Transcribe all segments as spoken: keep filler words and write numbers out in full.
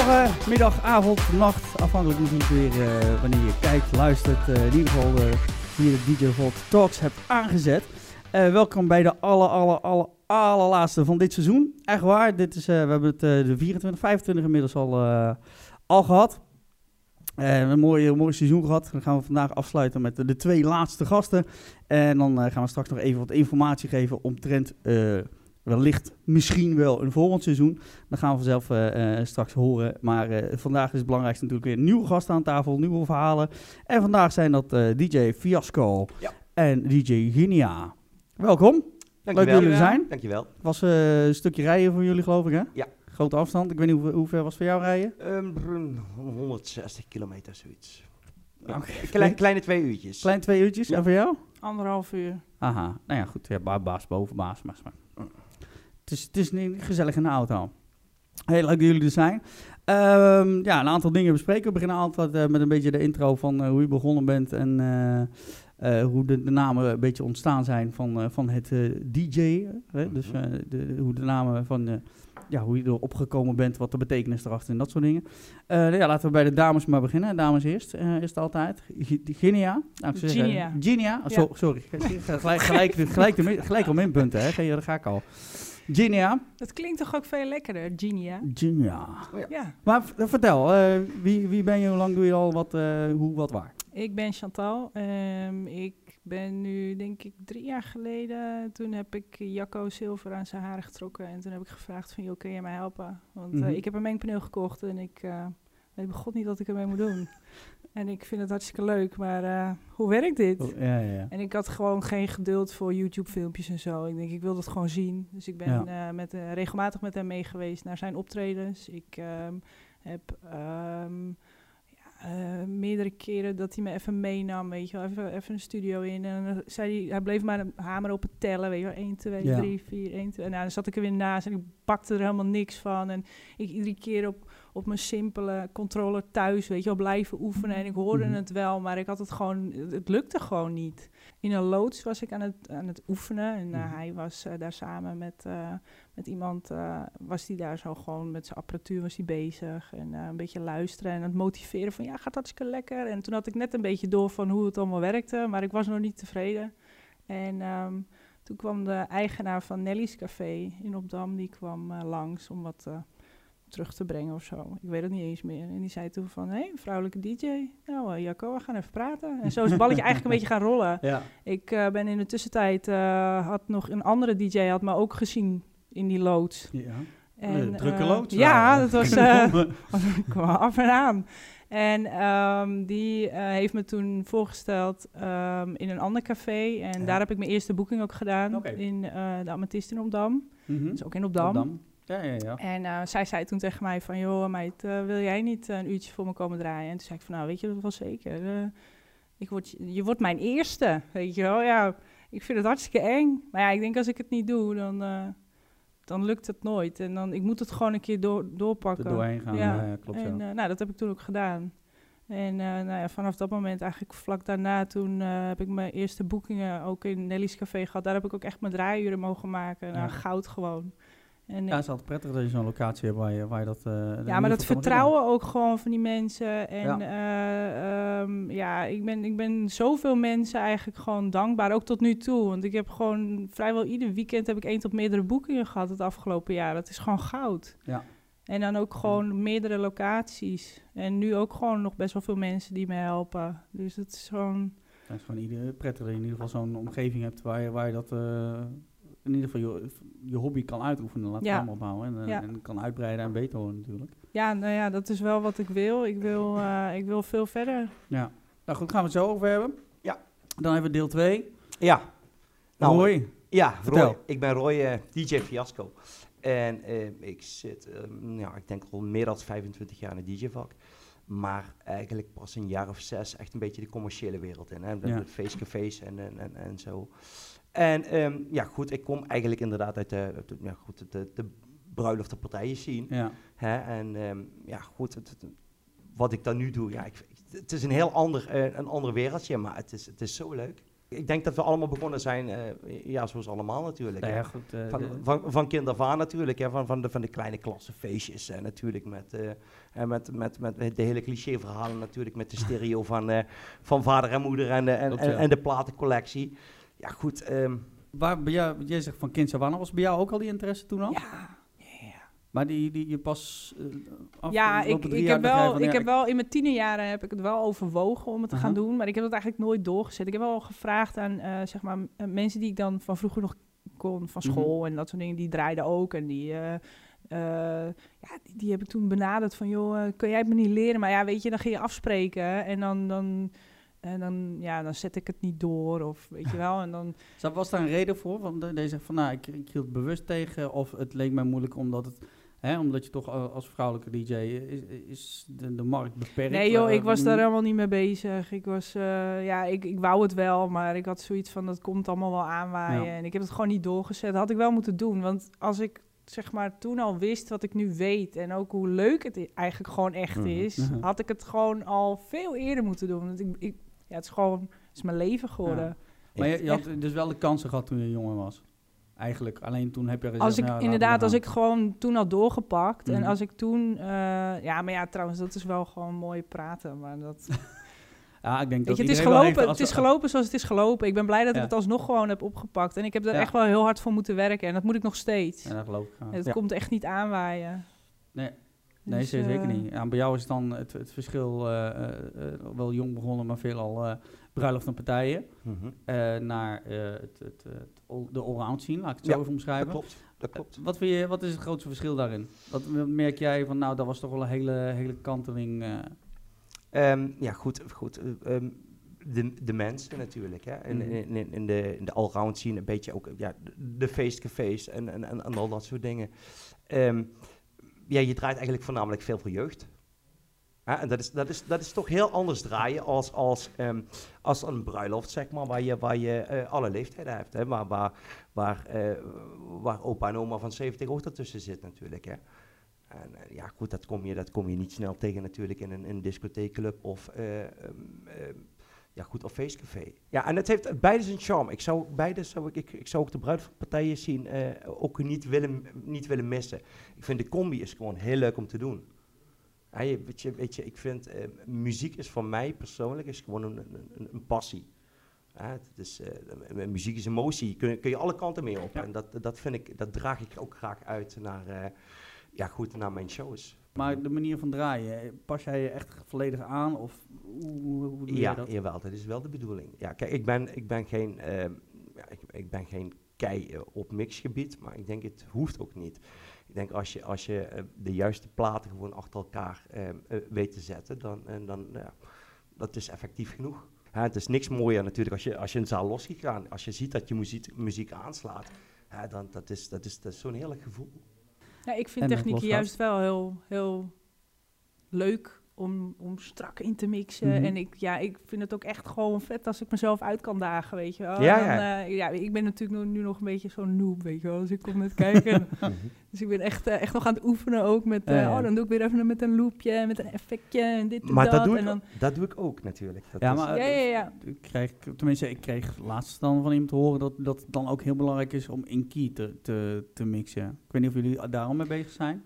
Goedemorgen, middag, avond, nacht, afhankelijk natuurlijk weer uh, wanneer je kijkt, luistert. Uh, in ieder geval uh, hier de D J Volt Talks hebt aangezet. Uh, welkom bij de aller, aller, aller, allerlaatste van dit seizoen. Echt waar, dit is, uh, we hebben het uh, de vierentwintig, vijfentwintig inmiddels al, uh, al gehad. Uh, een mooi, mooi seizoen gehad. Dan gaan we vandaag afsluiten met de, de twee laatste gasten. En dan uh, gaan we straks nog even wat informatie geven omtrent uh, wellicht misschien wel een volgend seizoen. Dan gaan we vanzelf uh, uh, straks horen. Maar uh, vandaag is het belangrijkste natuurlijk weer nieuwe gasten aan tafel, nieuwe verhalen. En vandaag zijn dat uh, D J Fiasco ja. en D J Ginia. Welkom. Dankjewel. Leuk dat jullie er zijn. Dankjewel. Het was uh, een stukje rijden voor jullie, geloof ik, hè? Ja. Grote afstand. Ik weet niet hoe, hoe ver was het voor jou rijden? Um, honderdzestig kilometer, zoiets. Ja. Okay. Kleine, kleine twee uurtjes. Kleine twee uurtjes. Ja. En voor jou? Anderhalf uur. Aha. Nou ja, goed. Ja, ba- baas boven baas. Maar, maar. Het, is, het is niet gezellig in de auto. Heel leuk dat jullie er zijn. Um, ja, een aantal dingen bespreken. We beginnen altijd uh, met een beetje de intro van uh, hoe je begonnen bent en uh, uh, hoe de, de namen een beetje ontstaan zijn van, uh, van het uh, D J. Hè? Dus uh, de, hoe de namen van... Uh, ja, hoe je erop gekomen bent, wat de betekenis erachter en dat soort dingen. Uh, ja, laten we bij de dames maar beginnen. Dames eerst, uh, is het altijd. Ginia. Nou, Ginia. Ginia. Oh, so, sorry. gelijk, gelijk, gelijk, de, gelijk al minpunten, hè. Daar ga ik al. Ginia. Dat klinkt toch ook veel lekkerder, Ginia? Ginia. Oh, ja. ja. Maar v- vertel, uh, wie, wie ben je, hoe lang doe je al, wat, uh, hoe, wat, waar? Ik ben Chantal. Um, ik ben nu, denk ik, drie jaar geleden, toen heb ik Jacco Silver aan zijn haren getrokken. En toen heb ik gevraagd van, joh, kun je mij helpen? Want uh, mm-hmm. ik heb een mengpaneel gekocht en ik uh, weet god niet wat ik ermee moet doen. En ik vind het hartstikke leuk, maar uh, hoe werkt dit? Oh, ja, ja. En ik had gewoon geen geduld voor YouTube-filmpjes en zo. Ik denk, ik wil dat gewoon zien. Dus ik ben ja. uh, met, uh, regelmatig met hem mee geweest naar zijn optredens. Ik um, heb... Um, Uh, meerdere keren dat hij me even meenam, weet je wel, even, even een studio in. En dan zei hij, hij bleef maar een hamer op het tellen, weet je wel, één, twee, ja. drie, vier, één, twee. En nou, dan zat ik er weer naast en ik pakte er helemaal niks van. En ik iedere keer op, op mijn simpele controller thuis, weet je wel, blijven oefenen. En ik hoorde mm-hmm. het wel, maar ik had het gewoon, het lukte gewoon niet. In een loods was ik aan het, aan het oefenen en uh, mm-hmm. hij was uh, daar samen met... Uh, Met iemand uh, was hij daar zo gewoon met zijn apparatuur was hij bezig. En uh, een beetje luisteren en aan het motiveren van ja, gaat hartstikke lekker. En toen had ik net een beetje door van hoe het allemaal werkte. Maar ik was nog niet tevreden. En um, toen kwam de eigenaar van Nelly's Café in Opdam. Die kwam uh, langs om wat uh, terug te brengen of zo. Ik weet het niet eens meer. En die zei toen van, hé, hey, vrouwelijke D J. Nou, uh, Jacco, we gaan even praten. En zo is het balletje eigenlijk een beetje gaan rollen. Ja. Ik uh, ben in de tussentijd, uh, had nog een andere D J, had me ook gezien... in die loods. Ja, en, een drukke uh, loods. Ja, dat was... Uh, kwam af en aan. En um, die uh, heeft me toen voorgesteld um, in een ander café. En ja. daar heb ik mijn eerste boeking ook gedaan. Okay. In uh, de Amethyst in Opdam. Mm-hmm. Dus ook in Opdam. Opdam. Ja, ja, ja. En uh, zij zei toen tegen mij van... joh, meid, uh, wil jij niet uh, een uurtje voor me komen draaien? En toen zei ik van, nou, weet je dat wel zeker. Uh, ik word, je wordt mijn eerste, weet je wel. Ja, ik vind het hartstikke eng. Maar ja, ik denk als ik het niet doe, dan... Uh, dan lukt het nooit. En dan, ik moet het gewoon een keer door, doorpakken. Er doorheen gaan, ja, ja klopt. En uh, nou, dat heb ik toen ook gedaan. En uh, nou ja, vanaf dat moment, eigenlijk vlak daarna, toen uh, heb ik mijn eerste boekingen ook in Nelly's Café gehad. Daar heb ik ook echt mijn draaiuren mogen maken. Nou, ja. Goud gewoon. En ja, het is altijd prettig dat je zo'n locatie hebt waar je, waar je dat... Uh, ja, maar dat vertrouwen ook gewoon van die mensen. En ja, uh, um, ja ik, ben, ik ben zoveel mensen eigenlijk gewoon dankbaar, ook tot nu toe. Want ik heb gewoon vrijwel ieder weekend heb ik één tot meerdere boekingen gehad het afgelopen jaar. Dat is gewoon goud. Ja. En dan ook gewoon ja. meerdere locaties. En nu ook gewoon nog best wel veel mensen die me helpen. Dus het is gewoon... Het is gewoon ieder, prettig dat je in ieder geval zo'n omgeving hebt waar je, waar je dat... Uh, in ieder geval je, je hobby kan uitoefenen, laat het ja. allemaal opbouwen. En, ja. en kan uitbreiden en beter worden natuurlijk. Ja, nou ja, dat is wel wat ik wil. Ik wil, uh, ik wil veel verder. Ja. Nou goed, gaan we het zo over hebben. Ja. Dan hebben we deel twee. Ja. Nou, Roy. Ja, Roy. Ik ben Roy, uh, D J Fiasco. En uh, ik zit, uh, ja, ik denk al meer dan vijfentwintig jaar in het D J-vak. Maar eigenlijk pas een jaar of zes echt een beetje de commerciële wereld in. Hè? Met ja. feestcafés en, en, en, en zo. En um, ja, goed, ik kom eigenlijk inderdaad uit de, de, ja, goed, de, de bruiloftenpartijen zien. Ja. Hè? En um, ja, goed, het, het, wat ik dan nu doe, ja, ik, het is een heel ander, uh, een ander wereldje, maar het is, het is zo leuk. Ik denk dat we allemaal begonnen zijn, uh, ja, zoals allemaal natuurlijk. Nou ja, hè. goed, uh, van, de, van, van kind af aan natuurlijk, hè, van, van, de, van de kleine klassenfeestjes en natuurlijk met, uh, en met, met, met, met de hele clichéverhalen natuurlijk, met de stereo van, uh, van vader en moeder en de, en, Klopt, en, ja. en de platencollectie. Ja goed. Um, Waar bij jou, jij zegt van kind af aan, was bij jou ook al die interesse toen al? Ja. Maar die, die je pas uh, af, Ja, ik, drie ik, jaar heb wel, van, ik ja, heb wel in mijn tienerjaren heb ik het wel overwogen om het te uh-huh. gaan doen, maar ik heb dat eigenlijk nooit doorgezet. Ik heb wel gevraagd aan uh, zeg maar m- mensen die ik dan van vroeger nog kon, van school Mm-hmm. en dat soort dingen, die draaiden ook en die, uh, uh, ja, die, die heb ik toen benaderd van, joh, uh, kun jij het me niet leren? Maar ja, weet je, dan ging je afspreken en dan... dan En dan, ja, dan zet ik het niet door, of weet je wel. En dan... Was daar een reden voor? Want de, deze van, nou, ik, ik hield het bewust tegen, of het leek mij moeilijk omdat het, hè, omdat je toch als vrouwelijke D J is, is de, de markt beperkt. Nee joh, uh, ik was daar helemaal niet mee bezig. Ik was, uh, ja, ik, ik wou het wel, maar ik had zoiets van, dat komt allemaal wel aanwaaien. Ja. En ik heb het gewoon niet doorgezet. Dat had ik wel moeten doen, want als ik, zeg maar, toen al wist wat ik nu weet en ook hoe leuk het eigenlijk gewoon echt mm-hmm. is, mm-hmm. had ik het gewoon al veel eerder moeten doen. Want ik, ik ja, het is gewoon, het is mijn leven geworden. Ja. Maar je, je had dus wel de kansen gehad toen je jonger was? Eigenlijk, alleen toen heb je gezegd... Als ik, nou, inderdaad, als ik gewoon toen had doorgepakt... Mm-hmm. en als ik toen... Uh, ja, maar ja, trouwens, dat is wel gewoon mooi praten, maar dat... ja, ik denk Weet dat je, het is gelopen, het is gelopen zoals het is gelopen. Ik ben blij dat ja. ik het alsnog gewoon heb opgepakt. En ik heb er ja. echt wel heel hard voor moeten werken. En dat moet ik nog steeds. Ja, dat geloof ik. Het ja. komt echt niet aanwaaien. Nee. Nee, dus, zeker uh, niet. Ja, bij jou is dan het, het verschil, uh, uh, uh, wel jong begonnen, maar veelal uh, bruiloft en partijen, mm-hmm. uh, naar uh, het, het, het, de allround scene, laat ik het zo ja, even omschrijven. Dat klopt, dat klopt. Uh, wat, vind je, wat is het grootste verschil daarin? Wat merk jij van, nou, dat was toch wel een hele, hele kanteling? Uh... Um, ja, goed, goed. Uh, um, de, de mensen natuurlijk, hè. In, in, in, in de, in de allround scene een beetje ook, ja, de feestcafés en, en, en, en al dat soort dingen. Um, Ja, je draait eigenlijk voornamelijk veel voor jeugd. Ja, en dat is, dat, is, dat is toch heel anders draaien als, als, um, als een bruiloft, zeg maar, waar je, waar je uh, alle leeftijden hebt. Hè, waar, waar, waar, uh, waar opa en oma van zeventig ook ertussen zit natuurlijk. Hè. En uh, ja, goed, dat kom, je, dat kom je niet snel tegen natuurlijk in een, in een discotheekclub of... Uh, um, um, Ja, goed, of feestcafé. Ja, en het heeft beide zijn charme. Ik zou beide zou ik, ik, ik zou ook de bruiloftpartijen zien uh, ook niet willen, niet willen missen. Ik vind de combi is gewoon heel leuk om te doen. Ja, je, weet, je, weet je, ik vind uh, muziek is voor mij persoonlijk is gewoon een, een, een passie. Ja, het is, uh, muziek is emotie. Kun, kun je alle kanten mee op. Ja. En dat, dat vind ik, dat draag ik ook graag uit naar, uh, ja, goed, naar mijn shows. Maar de manier van draaien, pas jij je echt volledig aan of hoe, hoe doe ja, je dat? Ja, jawel, dat is wel de bedoeling. Ja, kijk, ik ben, ik ben geen, uh, ja, ik, ik ben geen kei uh, op mixgebied, maar ik denk het hoeft ook niet. Ik denk als je, als je uh, de juiste platen gewoon achter elkaar uh, uh, weet te zetten, dan, en dan uh, dat is effectief genoeg. Ja, het is niks mooier natuurlijk als je, als je een zaal los ziet gaan, als je ziet dat je muziek, muziek aanslaat, ja, dan dat is, dat is, dat is zo'n heerlijk gevoel. Ja, ik vind techniek juist wel heel, heel leuk om, om strak in te mixen. Mm-hmm. En ik, ja, ik vind het ook echt gewoon vet als ik mezelf uit kan dagen, weet je wel. Ja, dan, ja. Uh, ja, ik ben natuurlijk nu, nu nog een beetje zo'n noob, weet je wel. Dus ik kom net kijken. Dus ik ben echt, uh, echt nog aan het oefenen ook met... Uh, ja, ja. Oh, dan doe ik weer even met een loopje, met een effectje en dit en maar dat. dat doe, en ik, dan... dat doe ik ook natuurlijk. Dat ja, is maar ja, ja, ja. Ik kreeg, tenminste, ik kreeg laatst dan van iemand te horen dat dat dan ook heel belangrijk is om in key te, te, te mixen. Ik weet niet of jullie daar al mee bezig zijn.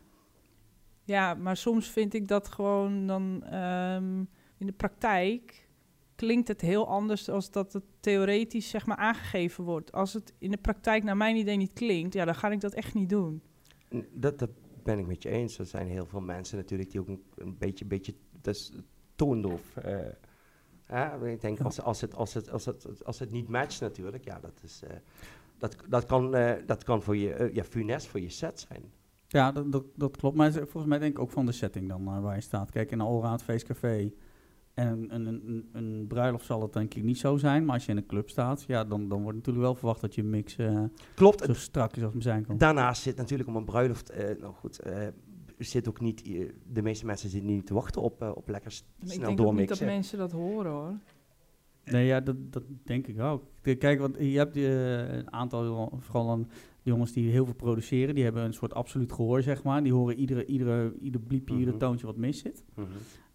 Ja, maar soms vind ik dat gewoon dan um, in de praktijk klinkt het heel anders als dat het theoretisch zeg maar aangegeven wordt. Als het in de praktijk naar mijn idee niet klinkt, ja, dan ga ik dat echt niet doen. Dat, dat ben ik met je eens. Er zijn heel veel mensen natuurlijk die ook een, een beetje, beetje dat is toondoof. Uh, ja, ik denk als, als, het, als, het, als, het, als het niet matcht natuurlijk, ja, dat is, uh, dat, dat kan, uh, dat kan voor je, uh, ja, funest voor je set zijn. Ja, dat, dat, dat klopt. Maar volgens mij denk ik ook van de setting dan uh, waar je staat. Kijk, in een allround feestcafé en een, een, een, een bruiloft zal het denk ik niet zo zijn. Maar als je in een club staat, ja, dan, dan wordt natuurlijk wel verwacht dat je mix uh, klopt. Zo strak is als het zijn kan. Daarnaast zit natuurlijk om een bruiloft, uh, nou goed, uh, zit ook niet, uh, de meeste mensen zitten niet te wachten op, uh, op lekker s- maar snel doormixen. Ik denk doormixen. ook niet dat mensen dat horen, hoor. Nee, ja, dat, dat denk ik ook. Kijk, want je hebt uh, een aantal, vooral dan jongens die heel veel produceren, die hebben een soort absoluut gehoor, zeg maar. Die horen iedere, iedere, ieder bliepje, mm-hmm. ieder toontje wat mis zit. Mm-hmm.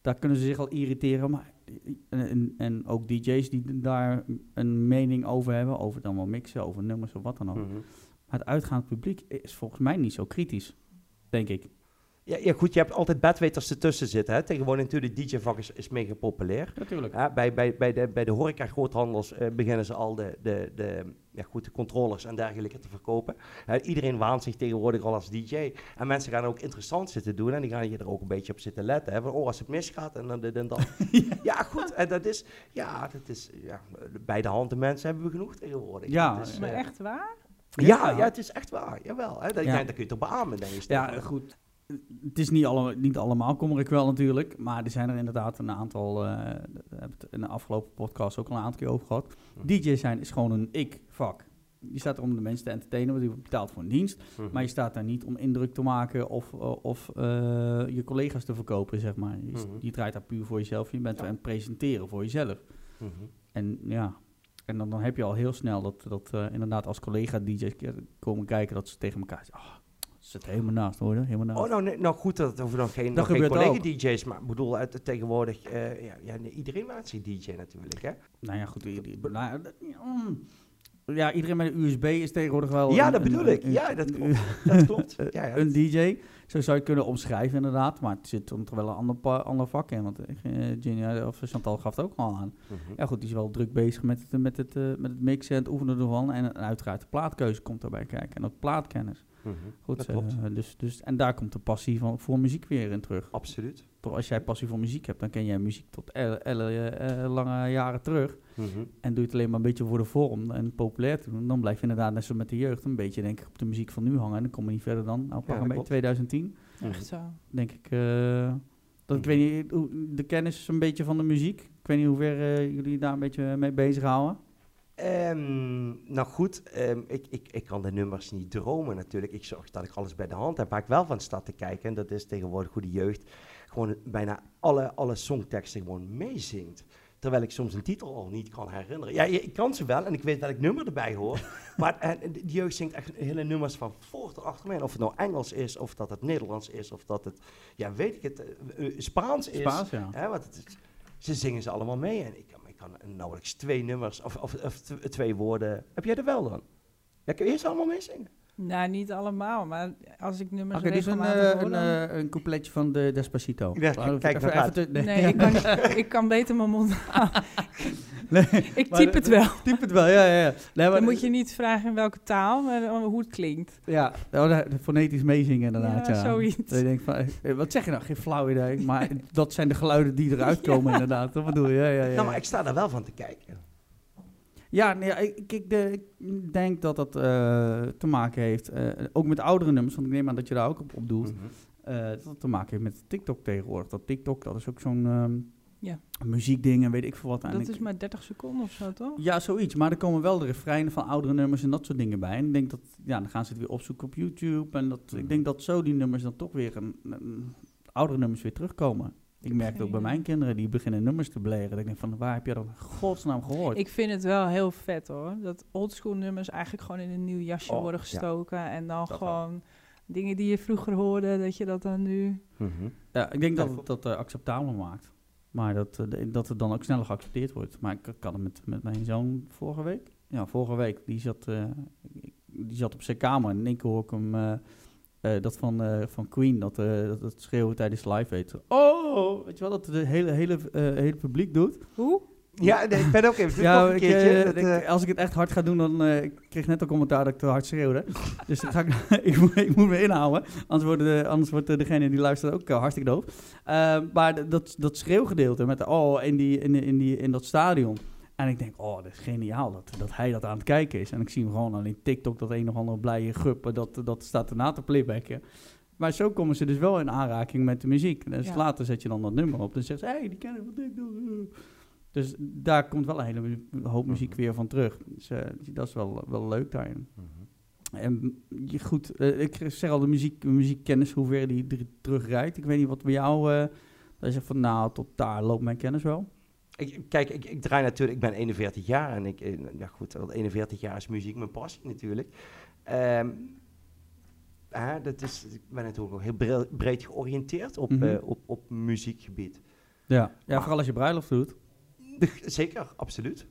daar kunnen ze zich al irriteren. Maar, en, en ook D J's die daar een mening over hebben, over dan wel mixen, over nummers of wat dan ook. Mm-hmm. Maar het uitgaand publiek is volgens mij niet zo kritisch, denk ik. Ja, ja, goed, je hebt altijd bedweters ertussen zitten. Hè. Tegenwoordig natuurlijk, de D J-vak is, is mega populair. Natuurlijk. Ja, bij, bij, bij, de, bij de horeca-groothandels uh, beginnen ze al de, de, de, ja, goed, de controllers en dergelijke te verkopen. Uh, iedereen waant zich tegenwoordig al als D J. En mensen gaan ook interessant zitten doen en die gaan hier er ook een beetje op zitten letten. Hè. Van, oh, als het misgaat en dan dit en dat. ja. ja, goed, en dat is, ja, dat is, ja, bij de hand de mensen hebben we genoeg tegenwoordig. Ja, is, maar uh, echt waar? Ja, ja, ja, het is echt waar, jawel. Hè. Dat, Ja. ja. Dat kun je toch beamen, denk je. Ja, goed. Het is niet, alle, niet allemaal, kom ik wel natuurlijk. Maar er zijn er inderdaad een aantal, uh, daar hebben we het in de afgelopen podcast ook al een aantal keer over gehad. Mm. D J zijn is gewoon een ik-vak. Je staat er om de mensen te entertainen, want je betaalt voor een dienst. Mm-hmm. Maar je staat daar niet om indruk te maken of, uh, of uh, je collega's te verkopen, zeg maar. Je, Mm-hmm. je draait daar puur voor jezelf. Je bent Ja. aan het presenteren voor jezelf. Mm-hmm. En ja, en dan, dan heb je al heel snel dat, dat uh, inderdaad als collega-D J's komen kijken dat ze tegen elkaar zeggen, oh, zit helemaal naast, hoor. Helemaal naast. Oh, nou, nee, nou goed, dat hoeven nog geen, Dat nog geen gebeurt ook. collega-D J's, maar ik bedoel, uit, tegenwoordig, uh, ja, ja, nee, iedereen maakt zich D J natuurlijk, hè? Nou ja, goed. Die, die, nou, ja, dat- mm. ja, iedereen met een U S B is tegenwoordig wel... Ja, een- dat een- bedoel een- ik. een- Ja, dat een- klopt. Dat klopt. Ja, ja, een dat- D J, zo zou je het kunnen omschrijven inderdaad. Maar het zit dan toch wel een ander, pa- ander vak in. Want uh, Genia of Chantal gaf het ook al aan. Mhm. Ja goed, die is wel druk bezig met het, met het, uh, met het mixen en het oefenen ervan. En, en uiteraard de plaatkeuze komt daarbij kijken. En ook plaatkennis. Mhm. Goed, Dat klopt. uh, dus, dus, en daar komt de passie van, voor muziek weer in terug. Absoluut. Toch, als jij passie voor muziek hebt, dan ken jij muziek tot elle, elle, uh, lange jaren terug. Mhm. En doe je het alleen maar een beetje voor de vorm en populair te doen. Dan blijf je inderdaad net zo met de jeugd een beetje denk ik op de muziek van nu hangen. En dan kom je niet verder dan, nou pak dat een beetje klopt. twintig tien. Mhm. Echt zo. Denk ik, uh, dat, ik weet niet, hoe, de kennis een beetje van de muziek. Ik weet niet hoe ver uh, jullie daar een beetje mee bezighouden. Um, nou goed, um, ik, ik, ik kan de nummers niet dromen natuurlijk. Ik zorg dat ik alles bij de hand heb. Waar ik wel van sta te kijken, en dat is tegenwoordig hoe de jeugd gewoon bijna alle, alle songteksten gewoon meezingt. Terwijl ik soms een titel al niet kan herinneren. Ja, ik kan ze wel en ik weet welk nummer erbij hoort. Maar en, de jeugd zingt echt hele nummers van voor tot achter me. Of het nou Engels is, of dat het Nederlands is, of dat het, ja weet ik het, uh, Spaans is. Spaans, ja. Hè, want het is, ze zingen ze allemaal mee en ik, ik kan nauwelijks twee nummers of, of, of t- twee woorden. Heb jij er wel dan? Ja, kun je eerst allemaal mee zingen? Nou, niet allemaal, maar als ik nummers Oké, dus een, regelmatig uh, hoor, een, dan... uh, een coupletje van de Despacito. Ja, Even- kijk, even- dat even te- Nee, ik kan, niet- ik kan beter mijn mond houden. Nee, Ik maar type de- het wel. Typ het wel, ja, ja. ja. Nee, maar Dan moet je niet vragen in welke taal, maar hoe het klinkt. Ja, oh, de, de fonetisch meezingen inderdaad, ja. Ja, zoiets. Dat je denkt van, eh, wat zeg je nou? Geen flauw idee. Maar dat zijn de geluiden die eruit komen inderdaad. Dat bedoel je, ja, ja, ja. Nou, maar ik sta daar wel van te kijken. Ja, nee, ja, ik, ik, de, ik denk dat dat uh, te maken heeft, uh, ook met oudere nummers, want ik neem aan dat je daar ook op, op doelt, Mhm. uh, dat het te maken heeft met TikTok tegenwoordig. Dat TikTok, dat is ook zo'n um, Ja. muziekding en weet ik veel wat. Dat En is ik, maar dertig seconden of zo, toch? ja, zoiets. Maar er komen wel de refreinen van oudere nummers en dat soort dingen bij. En ik denk dat, ja, dan gaan ze het weer opzoeken op YouTube. En dat, Mhm. ik denk dat zo die nummers dan toch weer, een, een, oudere nummers weer terugkomen. Ik merk het ook bij mijn kinderen, die beginnen nummers te bleren. Dat ik denk van, waar heb je dat in godsnaam gehoord? Ik vind het wel heel vet hoor. Dat oldschool nummers eigenlijk gewoon in een nieuw jasje Oh, worden ja. gestoken. En dan Dat gewoon dingen die je vroeger hoorde, dat je dat dan nu... Mhm. Ja, ik denk Ja, dat het dat uh, acceptabel maakt. Maar dat, uh, de- dat het dan ook sneller geaccepteerd wordt. Maar ik, ik had het met, met mijn zoon vorige week. Ja, vorige week. Die zat, uh, die zat op zijn kamer en in één keer hoor ik hem... Uh, uh, dat van, uh, van Queen, dat, uh, dat, dat schreeuwen tijdens live heet. Oh, weet je wel, dat het hele, hele, uh, hele publiek doet. Hoe? Ja, nee, ik ben ook even. Ja, nog een ik, keertje. uh, dat, ik, uh, als ik het echt hard ga doen, dan... Uh, ik kreeg net een commentaar dat ik te hard schreeuwde. Dus dan ga ik, ik, moet, ik moet me inhouden. Anders, worden de, anders wordt uh, degene die luistert ook uh, hartstikke doof. Uh, maar d- dat, dat schreeuwgedeelte met de oh in, die, in, die, in, die, in dat stadion. En ik denk, oh, dat is geniaal dat, dat hij dat aan het kijken is. En ik zie hem gewoon aan in TikTok dat een of andere blije guppen, dat, dat staat erna te playbacken. Maar zo komen ze dus wel in aanraking met de muziek. Dus Ja. later zet je dan dat nummer op. Dan zegt ze, hé, hey, die kennen wat ik doe. Dus daar komt wel een hele mu- hoop muziek weer van terug. Dus uh, dat is wel, wel leuk daarin. Mhm. En je, goed, uh, ik zeg al de muziek, muziekkennis, hoe ver die dr- terugrijdt. Ik weet niet wat bij jou, uh, dat je zegt van nou, tot daar loopt mijn kennis wel. Ik, kijk, ik, ik draai natuurlijk, ik ben eenenveertig jaar en ik, eh, ja goed, al eenenveertig jaar is muziek mijn passie natuurlijk. Um, ah, dat is, ik ben natuurlijk ook heel breed, breed georiënteerd op, Mhm. uh, op, op muziekgebied. Ja, ja Maar- vooral als je bruiloft doet. Zeker, absoluut.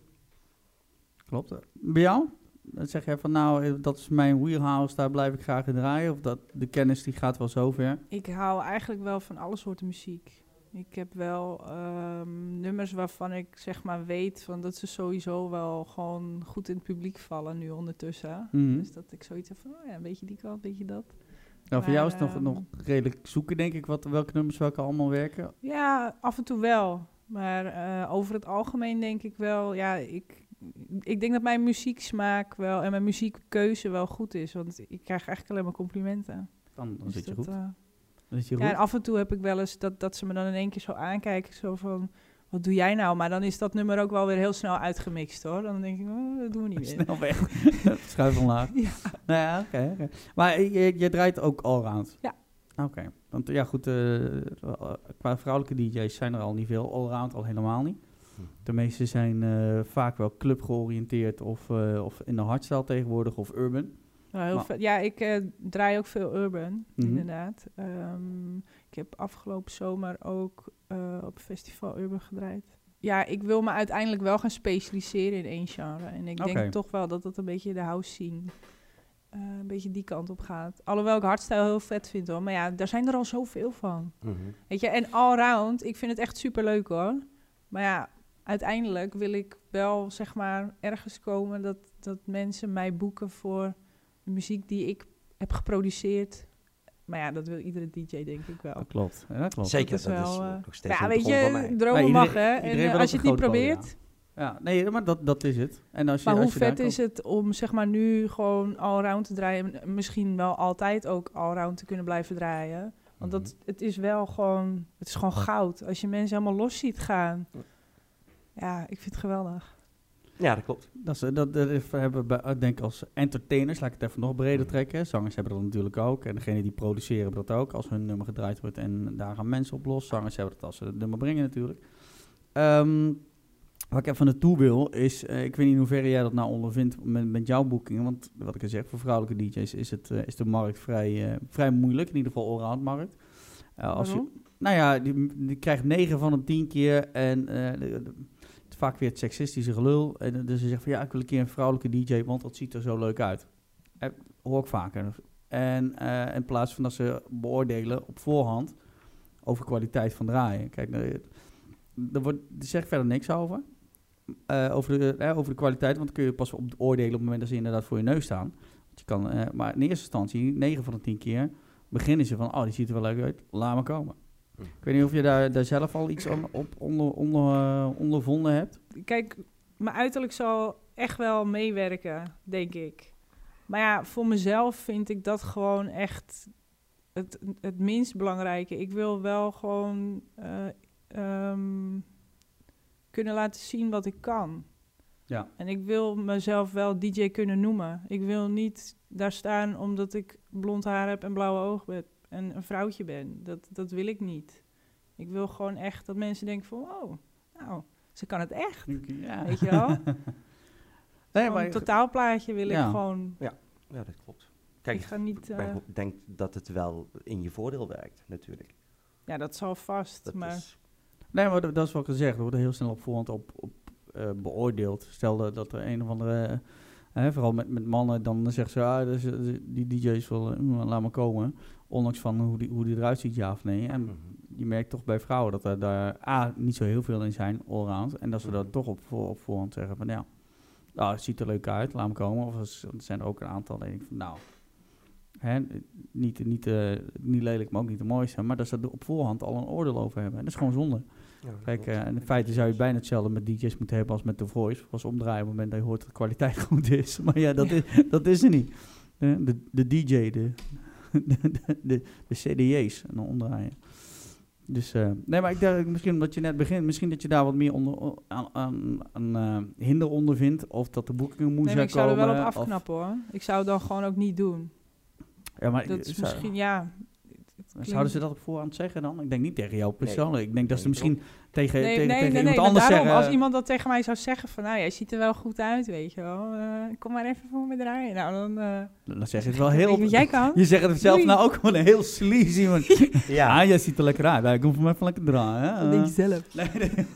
Klopt. Bij jou? Dan zeg jij van nou, eh, dat is mijn wheelhouse, daar blijf ik graag in draaien. Of dat de kennis die gaat wel zo ver. Ik hou eigenlijk wel van alle soorten muziek. Ik heb wel ehm, nummers waarvan ik zeg maar weet van dat ze sowieso wel gewoon goed in het publiek vallen nu ondertussen. Mhm. Dus dat ik zoiets heb van, oh ja, een beetje die kant, een beetje dat. Nou, voor Maar, jou is het nog, ehm, nog redelijk zoeken, denk ik, wat, welke nummers welke allemaal werken. Ja, af en toe wel. Maar eh, over het algemeen denk ik wel, ja, ik, ik denk dat mijn muzieksmaak wel en mijn muziekkeuze wel goed is. Want ik krijg eigenlijk alleen maar complimenten. Dan, dan Dus zit je dat, goed. eh, Dan zit je ja, goed. en af en toe heb ik wel eens dat, dat ze me dan in één keer zo aankijken, zo van, wat doe jij nou? Maar dan is dat nummer ook wel weer heel snel uitgemixt, hoor. Dan denk ik, oh, dat doen we niet meer. Snel weg. Schuif omlaag. Ja. Nou ja, oké. oké. Maar je, je draait ook allround? Ja. Oké. Want ja, goed, eh, qua vrouwelijke D J's zijn er al niet veel. Allround al helemaal niet. De meeste zijn eh, vaak wel club georiënteerd of, eh, of in de hardstyle tegenwoordig of urban. Nou, heel Maar- vet. Ja, ik eh, draai ook veel urban, Mhm. inderdaad. Ehm, ik heb afgelopen zomer ook eh, op Festival Urban gedraaid. Ja, ik wil me uiteindelijk wel gaan specialiseren in één genre. En ik Oké. denk toch wel dat dat een beetje de house scene, eh, een beetje die kant op gaat. Alhoewel ik hardstyle heel vet vind, hoor. Maar ja, daar zijn er al zoveel van. Mhm. Weet je, en allround, ik vind het echt superleuk, hoor. Maar ja, uiteindelijk wil ik wel, zeg maar, ergens komen dat, dat mensen mij boeken voor de muziek die ik heb geproduceerd. Maar ja, dat wil iedere D J, denk ik wel. Dat klopt. Ja, dat klopt. Zeker, dat dat is is, wel, eh, eh, nog steeds Ja, een weet bron van mij. je, dromen Ja, mag, iedereen- hè. En iedereen eh, wil als je ook het een niet groot podium, probeert... Ja, nee, maar dat, dat is het. En als je, Maar als hoe je daar vet komt- is het om, zeg maar, nu gewoon allround te draaien... en misschien wel altijd ook allround te kunnen blijven draaien. Want Mhm. dat, het is wel gewoon... Het is gewoon goud. Als je mensen helemaal los ziet gaan... Ja, ik vind het geweldig. Ja, dat klopt. Dat, is, dat, dat is- we hebben bij, ik denk als entertainers, laat ik het even nog breder trekken. Zangers hebben dat natuurlijk ook. En degene die produceren hebben dat ook. Als hun nummer gedraaid wordt en daar gaan mensen op los. Zangers hebben dat als ze het nummer brengen natuurlijk. Ehm, wat ik even naartoe wil is, eh, ik weet niet in hoeverre jij dat nou ondervindt met, met jouw boekingen. Want wat ik al zeg, voor vrouwelijke D J's is, het, eh, is de markt vrij, eh, vrij moeilijk. In ieder geval allround markt. Eh, als je, Waarom? nou ja, die, die krijgt negen van de tien keer en eh, de- de- het is vaak weer het seksistische gelul. En eh, dus ze zeggen van ja, ik wil een keer een vrouwelijke D J, want dat ziet er zo leuk uit. Eh, hoor ik vaker. En eh, in plaats van dat ze beoordelen op voorhand over kwaliteit van draaien. Kijk, eh, daar wordt, daar zeg ik verder niks over. Eh, over, de, eh, over de kwaliteit, want dan kun je pas op oordelen op het moment dat ze inderdaad voor je neus staan. Want je kan, eh, maar in eerste instantie, negen van de tien keer, beginnen ze van, oh, die ziet er wel leuk uit, laat maar komen. Hm. Ik weet niet of je daar, daar zelf al iets aan, op onder, onder, eh, ondervonden hebt. Kijk, mijn uiterlijk zal echt wel meewerken, denk ik. Maar ja, voor mezelf vind ik dat gewoon echt het, het minst belangrijke. Ik wil wel gewoon eh, ehm, kunnen laten zien wat ik kan. Ja. En ik wil mezelf wel D J kunnen noemen. Ik wil niet daar staan omdat ik blond haar heb en blauwe ogen ben en een vrouwtje ben. Dat, dat wil ik niet. Ik wil gewoon echt dat mensen denken van, oh, nou, ze kan het echt. Ja. Weet je wel? nee, Gewoon maar, een totaalplaatje wil Ja. ik gewoon... Ja, dat klopt. Kijk, ik ga niet... ik eh, denk dat het wel in je voordeel werkt, natuurlijk. ja, dat zal vast, Dat maar... is, nee, maar dat, dat is wat gezegd. Er wordt heel snel op voorhand op, op eh, beoordeeld. Stel dat, dat er een of andere, eh, vooral met, met mannen, dan zeggen ze, ah, dus, eh, die D J's wil, eh, laat maar komen. Ondanks van hoe die, hoe die eruit ziet, ja of nee. En Mhm. je merkt toch bij vrouwen dat er daar A, niet zo heel veel in zijn, allround. En dat ze Mhm. dat toch op, voor, op voorhand zeggen van, ja, nou, het ziet er leuk uit, laat me komen. Of er zijn er ook een aantal, denk ik van, nou, hè, niet, niet, eh, niet lelijk, maar ook niet de mooiste. Maar dat ze er op voorhand al een oordeel over hebben. En dat is gewoon zonde. Ja, dat Kijk, klopt. eh, in feite zou je bijna hetzelfde met D J's moeten hebben als met The Voice. Als omdraaien op het moment dat je hoort dat de kwaliteit goed is. Maar ja, dat, Ja. Is, dat is er niet. Eh, De, de D J, de, de, de, de, de C D J's en dan omdraaien. Dus, eh, nee, maar ik dacht misschien omdat je net begint, misschien dat je daar wat meer onder, aan, aan, aan eh, hinder onder vindt. Of dat de boekingen moe Nee, maar zijn ik zou er wel op komen, of- afknappen, hoor. Ik zou het dan gewoon ook niet doen. Ja, maar Dat is zou- misschien, ja... Het Klinkt... Zouden ze dat op voorhand zeggen dan? Ik denk niet tegen jou persoonlijk. Nee, ik denk dat ze nee, misschien tegen, nee, tegen, nee, tegen nee, iemand nee, anders daarom, zeggen... Als iemand dat tegen mij zou zeggen van, nou, jij ziet er wel goed uit, weet je wel. Uh, kom maar even voor me draaien. Nou, dan... Uh, dan zeg je het wel heel... Wat jij kan. Je zegt het zelf Doei. nou ook gewoon een heel sleazy. Want, ja. Ah, jij ziet er lekker uit. Hij komt voor mij even lekker draaien. Hè? Dat denk je zelf. Nee, nee.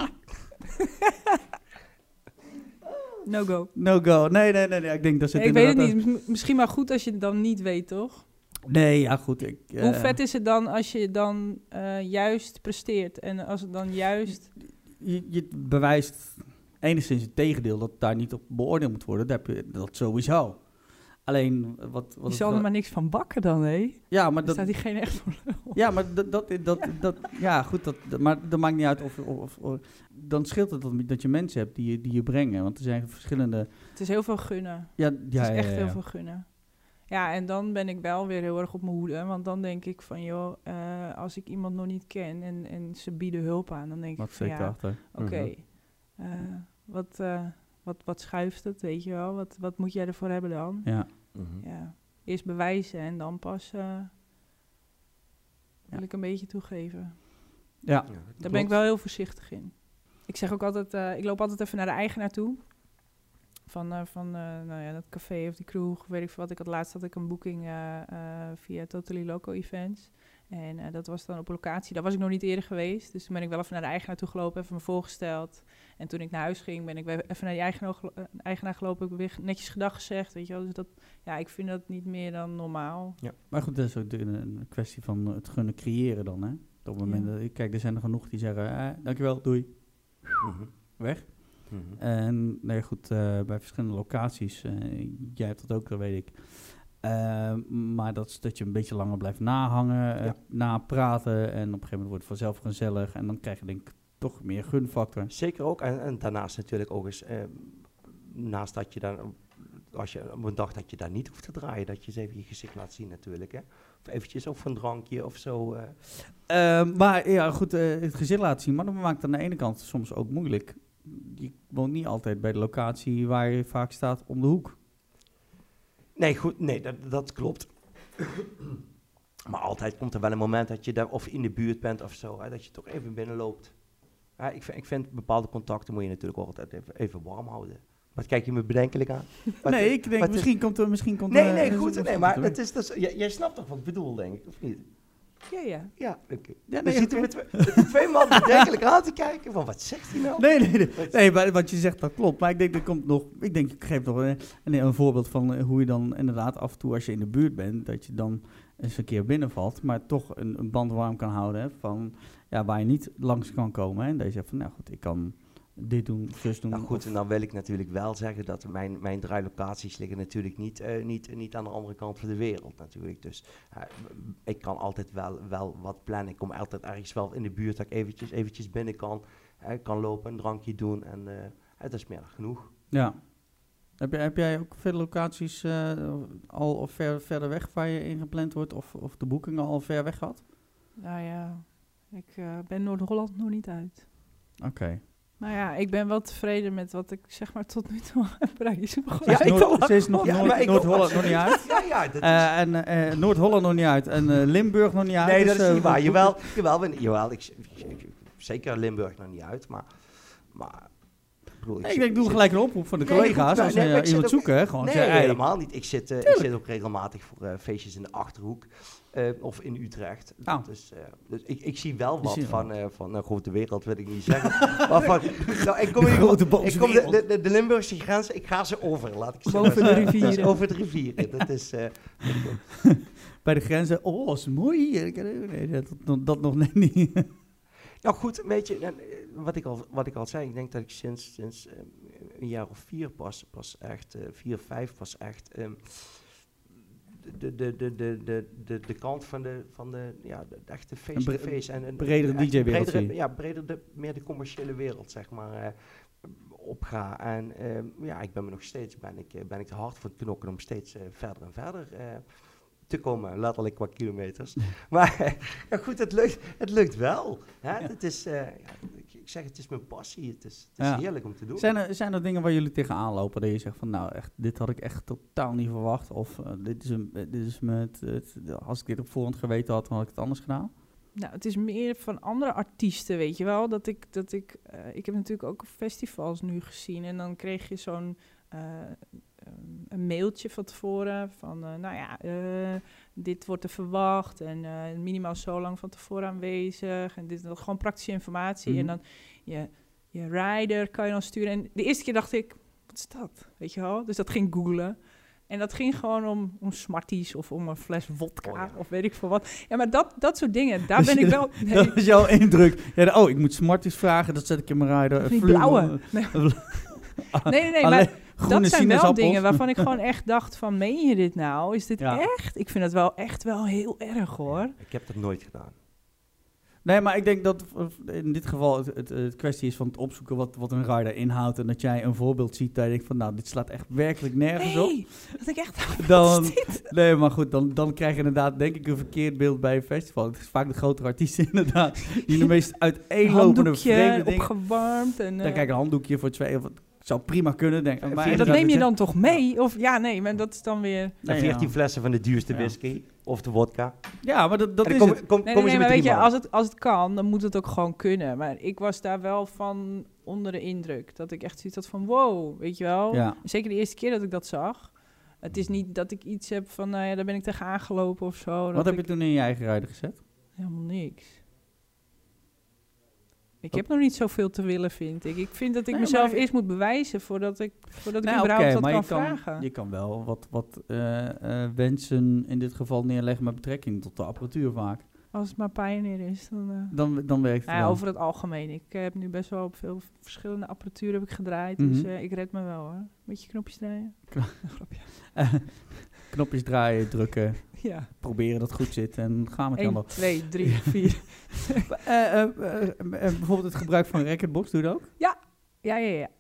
No go. No go. Nee, nee, nee, nee. Ik denk dat ze het Ik weet het inderdaad... niet. Misschien maar goed als je het dan niet weet, toch? Nee, ja goed. Ik, uh... Hoe vet is het dan als je dan uh, juist presteert? En als het dan juist... Je, je bewijst enigszins het tegendeel dat daar niet op beoordeeld moet worden. Dat heb je dat sowieso. Alleen wat... wat je zal er maar niks van bakken dan, hé? Ja, maar dat... staat diegene echt voor lul. Ja, maar dat... dat, dat, dat, dat ja, goed. Dat, dat, maar dat maakt niet uit of... of, of, of dan scheelt het dat, dat je mensen hebt die je, die je brengen. Want er zijn verschillende... Het is heel veel gunnen. Ja, het ja, is ja, echt ja, ja. heel veel gunnen. Ja, en dan ben ik wel weer heel erg op mijn hoede. Want dan denk ik van, joh, uh, als ik iemand nog niet ken en, en ze bieden hulp aan, dan denk Wat ik van, steekt ja, erachter? oké, okay, uh, wat, uh, wat, wat schuift het, weet je wel? Wat, wat moet jij ervoor hebben dan? Ja. Mm-hmm. Ja. Eerst bewijzen en dan pas uh, wil ja. ik een beetje toegeven. Ja. ja Daar ben ik wel heel voorzichtig in. Ik zeg ook altijd, uh, ik loop altijd even naar de eigenaar toe. Van, uh, van uh, nou ja, dat café of die kroeg, weet ik veel wat. Ik had laatst had ik een boeking uh, uh, via Totally Loco Events. En uh, dat was dan op locatie. Daar was ik nog niet eerder geweest. Dus toen ben ik wel even naar de eigenaar toe gelopen, even me voorgesteld. En toen ik naar huis ging, ben ik weer even naar die eigenaar, uh, eigenaar gelopen. Heb ik weer netjes gedag gezegd, weet je wel. Dus dat, ja, ik vind dat niet meer dan normaal. Ja, maar goed, dat is ook een, een kwestie van het kunnen creëren dan, hè. Op het moment ja. dat, kijk, er zijn er genoeg die zeggen, eh, dankjewel, doei. Mm-hmm. Weg. Mm-hmm. En nee, goed, uh, bij verschillende locaties, uh, jij hebt dat ook, dat weet ik. Uh, maar dat, dat je een beetje langer blijft nahangen, uh, ja. napraten en op een gegeven moment wordt het vanzelf gezellig en dan krijg je denk ik toch meer gunfactor. Zeker ook, en, en daarnaast natuurlijk ook eens, uh, naast dat je dan, als je op een dag dat je daar niet hoeft te draaien, dat je eens even je gezicht laat zien natuurlijk, hè. Of eventjes of een drankje of zo. Uh. Uh, maar ja, goed, uh, het gezicht laten zien, maar dat maakt aan de ene kant soms ook moeilijk. Je woont niet altijd bij de locatie waar je vaak staat om de hoek. Nee, goed, nee, dat, dat klopt. Maar altijd komt er wel een moment dat je daar of in de buurt bent of zo, hè, dat je toch even binnenloopt. Ja, ik, vind, ik vind bepaalde contacten moet je natuurlijk ook altijd even, even warm houden. Wat kijk je me bedenkelijk aan? Wat, nee, ik denk misschien is, komt er... Misschien komt nee, er, nee, uh, goed, uh, nee, maar het is, dus, jij, jij snapt toch wat ik bedoel, denk ik, of niet? Ja, ja. Ja, oké. Okay. Ja, nee, zitten we twee, twee man bedenkelijk aan te kijken van, wat zegt hij nou? Nee, nee, nee. nee maar wat je zegt, dat klopt. Maar ik denk, er komt nog... Ik denk, ik geef nog een, een, een voorbeeld van hoe je dan inderdaad af en toe, als je in de buurt bent, dat je dan eens een keer binnenvalt, maar toch een, een band warm kan houden, hè, van, ja, waar je niet langs kan komen. Hè, en dat je zegt van, nou goed, ik kan dit doen, zus doen. Nou goed, of, en dan wil ik natuurlijk wel zeggen dat mijn, mijn draailocaties liggen natuurlijk niet, uh, niet, niet aan de andere kant van de wereld natuurlijk. Dus uh, ik kan altijd wel, wel wat plannen. Ik kom altijd ergens wel in de buurt dat ik eventjes, eventjes binnen kan. Uh, kan lopen, een drankje doen en uh, het is meer dan genoeg. Ja. Heb, je, heb jij ook veel locaties uh, al of ver, verder weg waar je ingepland wordt of, of de boekingen al ver weg gehad? Nou ja, ik uh, ben Noord-Holland nog niet uit. Oké. Okay. Nou ja, ik ben wel tevreden met wat ik zeg maar tot nu toe heb bereikt. Ja, ik Noord, ze is nog ja, Noord, Noord-Holland nog niet uit. Ja, ja. Dat is uh, en uh, Noord-Holland nog niet uit. En uh, Limburg nog niet uit. Nee, dus, dat is uh, niet waar. Jawel, jawel, jawel ik, ik, ik, zeker Limburg nog niet uit, maar... maar bedoel, ik, nee, ik denk, doe gelijk een oproep van de nee, collega's als nee, je iemand zoeken. Gewoon nee, zeggen, helemaal niet. Ik zit, uh, ik zit ook regelmatig voor uh, feestjes in de Achterhoek uh, of in Utrecht. Oh. Dus, uh, dus ik, ik zie wel wat van, uh, van een grote wereld, wil ik niet zeggen. maar van, nou, ik kom, de, grote ik kom de, de, de Limburgse grens, ik ga ze over, laat ik zeggen. Boven de rivieren. Dus over de rivieren. Dat is... Uh, bij de grenzen, oh, is mooi. Nee, dat, dat, dat nog net niet. Nou goed, weet je, wat ik al, wat ik al zei, ik denk dat ik sinds, sinds um, een jaar of vier pas, pas echt, uh, vier, vijf pas echt, um, de, de, de, de, de, de, de kant van de, van de, ja, de echte face-to-face. En een bredere D J-wereld. Ja, breder, de, meer de commerciële wereld, zeg maar, uh, opga. En um, ja, ik ben me nog steeds, ben ik, ben ik te hard voor het knokken om steeds uh, verder en verder uh, te komen, letterlijk qua kilometers. maar ja, goed, het lukt, het lukt wel. Hè? Ja. Het is, uh, ja, ik, ik zeg, het is mijn passie. Het is, het is Ja. heerlijk om te doen. Zijn er, zijn er dingen waar jullie tegenaan lopen dat je zegt van nou echt, dit had ik echt totaal niet verwacht of uh, dit is, een, dit is met, het, als ik dit op voorhand geweten had, dan had ik het anders gedaan? Nou, het is meer van andere artiesten, weet je wel. Dat ik, dat ik, uh, ik heb natuurlijk ook festivals nu gezien en dan kreeg je zo'n uh, um, een mailtje van tevoren van, uh, nou ja, uh, dit wordt er verwacht en uh, minimaal zo lang van tevoren aanwezig en dit, dat, gewoon praktische informatie. Mm-hmm. En dan je, je rider kan je dan sturen. En de eerste keer dacht ik, wat is dat? Weet je wel? Dus dat ging googlen. En dat ging gewoon om, om Smarties of om een fles vodka oh, ja. of weet ik veel wat. Ja, maar dat, dat soort dingen, daar ben ik wel... Nee. Dat is jouw indruk. Ja, oh, ik moet Smarties vragen, dat zet ik in mijn rider. Die blauwe. Nee, nee, nee, nee maar dat zijn wel dingen waarvan ik gewoon echt dacht van, meen je dit nou? Is dit ja. echt? Ik vind het wel echt wel heel erg, hoor. Ik heb dat nooit gedaan. Nee, maar ik denk dat in dit geval het, het, het kwestie is van het opzoeken wat, wat een rider inhoudt. En dat jij een voorbeeld ziet dat je denkt van, nou, dit slaat echt werkelijk nergens nee, op. Nee, dat ik echt... Dan, nee, maar goed, dan, dan krijg je inderdaad denk ik een verkeerd beeld bij een festival. Het is vaak de grotere artiesten inderdaad, die de meest uiteenlopende vreemde dingen... opgewarmd en... Uh... Dan krijg je een handdoekje voor twee... zou prima kunnen, denk ik. Maar ja, dat neem je dan toch mee? Of ja, nee, maar dat is dan weer... Nee, veertien ja. flessen van de duurste whisky ja. of de vodka. Ja, maar dat, dat is kom, het. Kom, nee, nee, nee maar weet je, als het, als het kan, dan moet het ook gewoon kunnen. Maar ik was daar wel van onder de indruk. Dat ik echt zoiets had van, wow, weet je wel. Ja. Zeker de eerste keer dat ik dat zag. Het is niet dat ik iets heb van, nou ja, daar ben ik tegen aangelopen of zo. Wat heb ik... je toen in je eigen rijder gezet? Helemaal niks. Ik heb nog niet zoveel te willen, vind ik. Ik vind dat ik nee, mezelf maar... eerst moet bewijzen voordat ik, voordat nou, ik überhaupt okay, wat kan, kan vragen. Je kan wel wat, wat uh, uh, wensen in dit geval neerleggen met betrekking tot de apparatuur vaak. Als het maar Pioneer is, dan... Uh... Dan, dan werkt het ja, wel. Over het algemeen. Ik uh, heb nu best wel op veel verschillende apparatuur heb ik gedraaid. Mm-hmm. Dus uh, ik red me wel, hoor. Moet je knopjes draaien? Grapje. uh, knopjes draaien, drukken. Ja. Proberen dat goed zit en gaan met één, twee, drie, vier. uh, uh, uh, uh, bijvoorbeeld het gebruik van een Rekordbox, doe je dat ook? Ja, ja, ja, ja.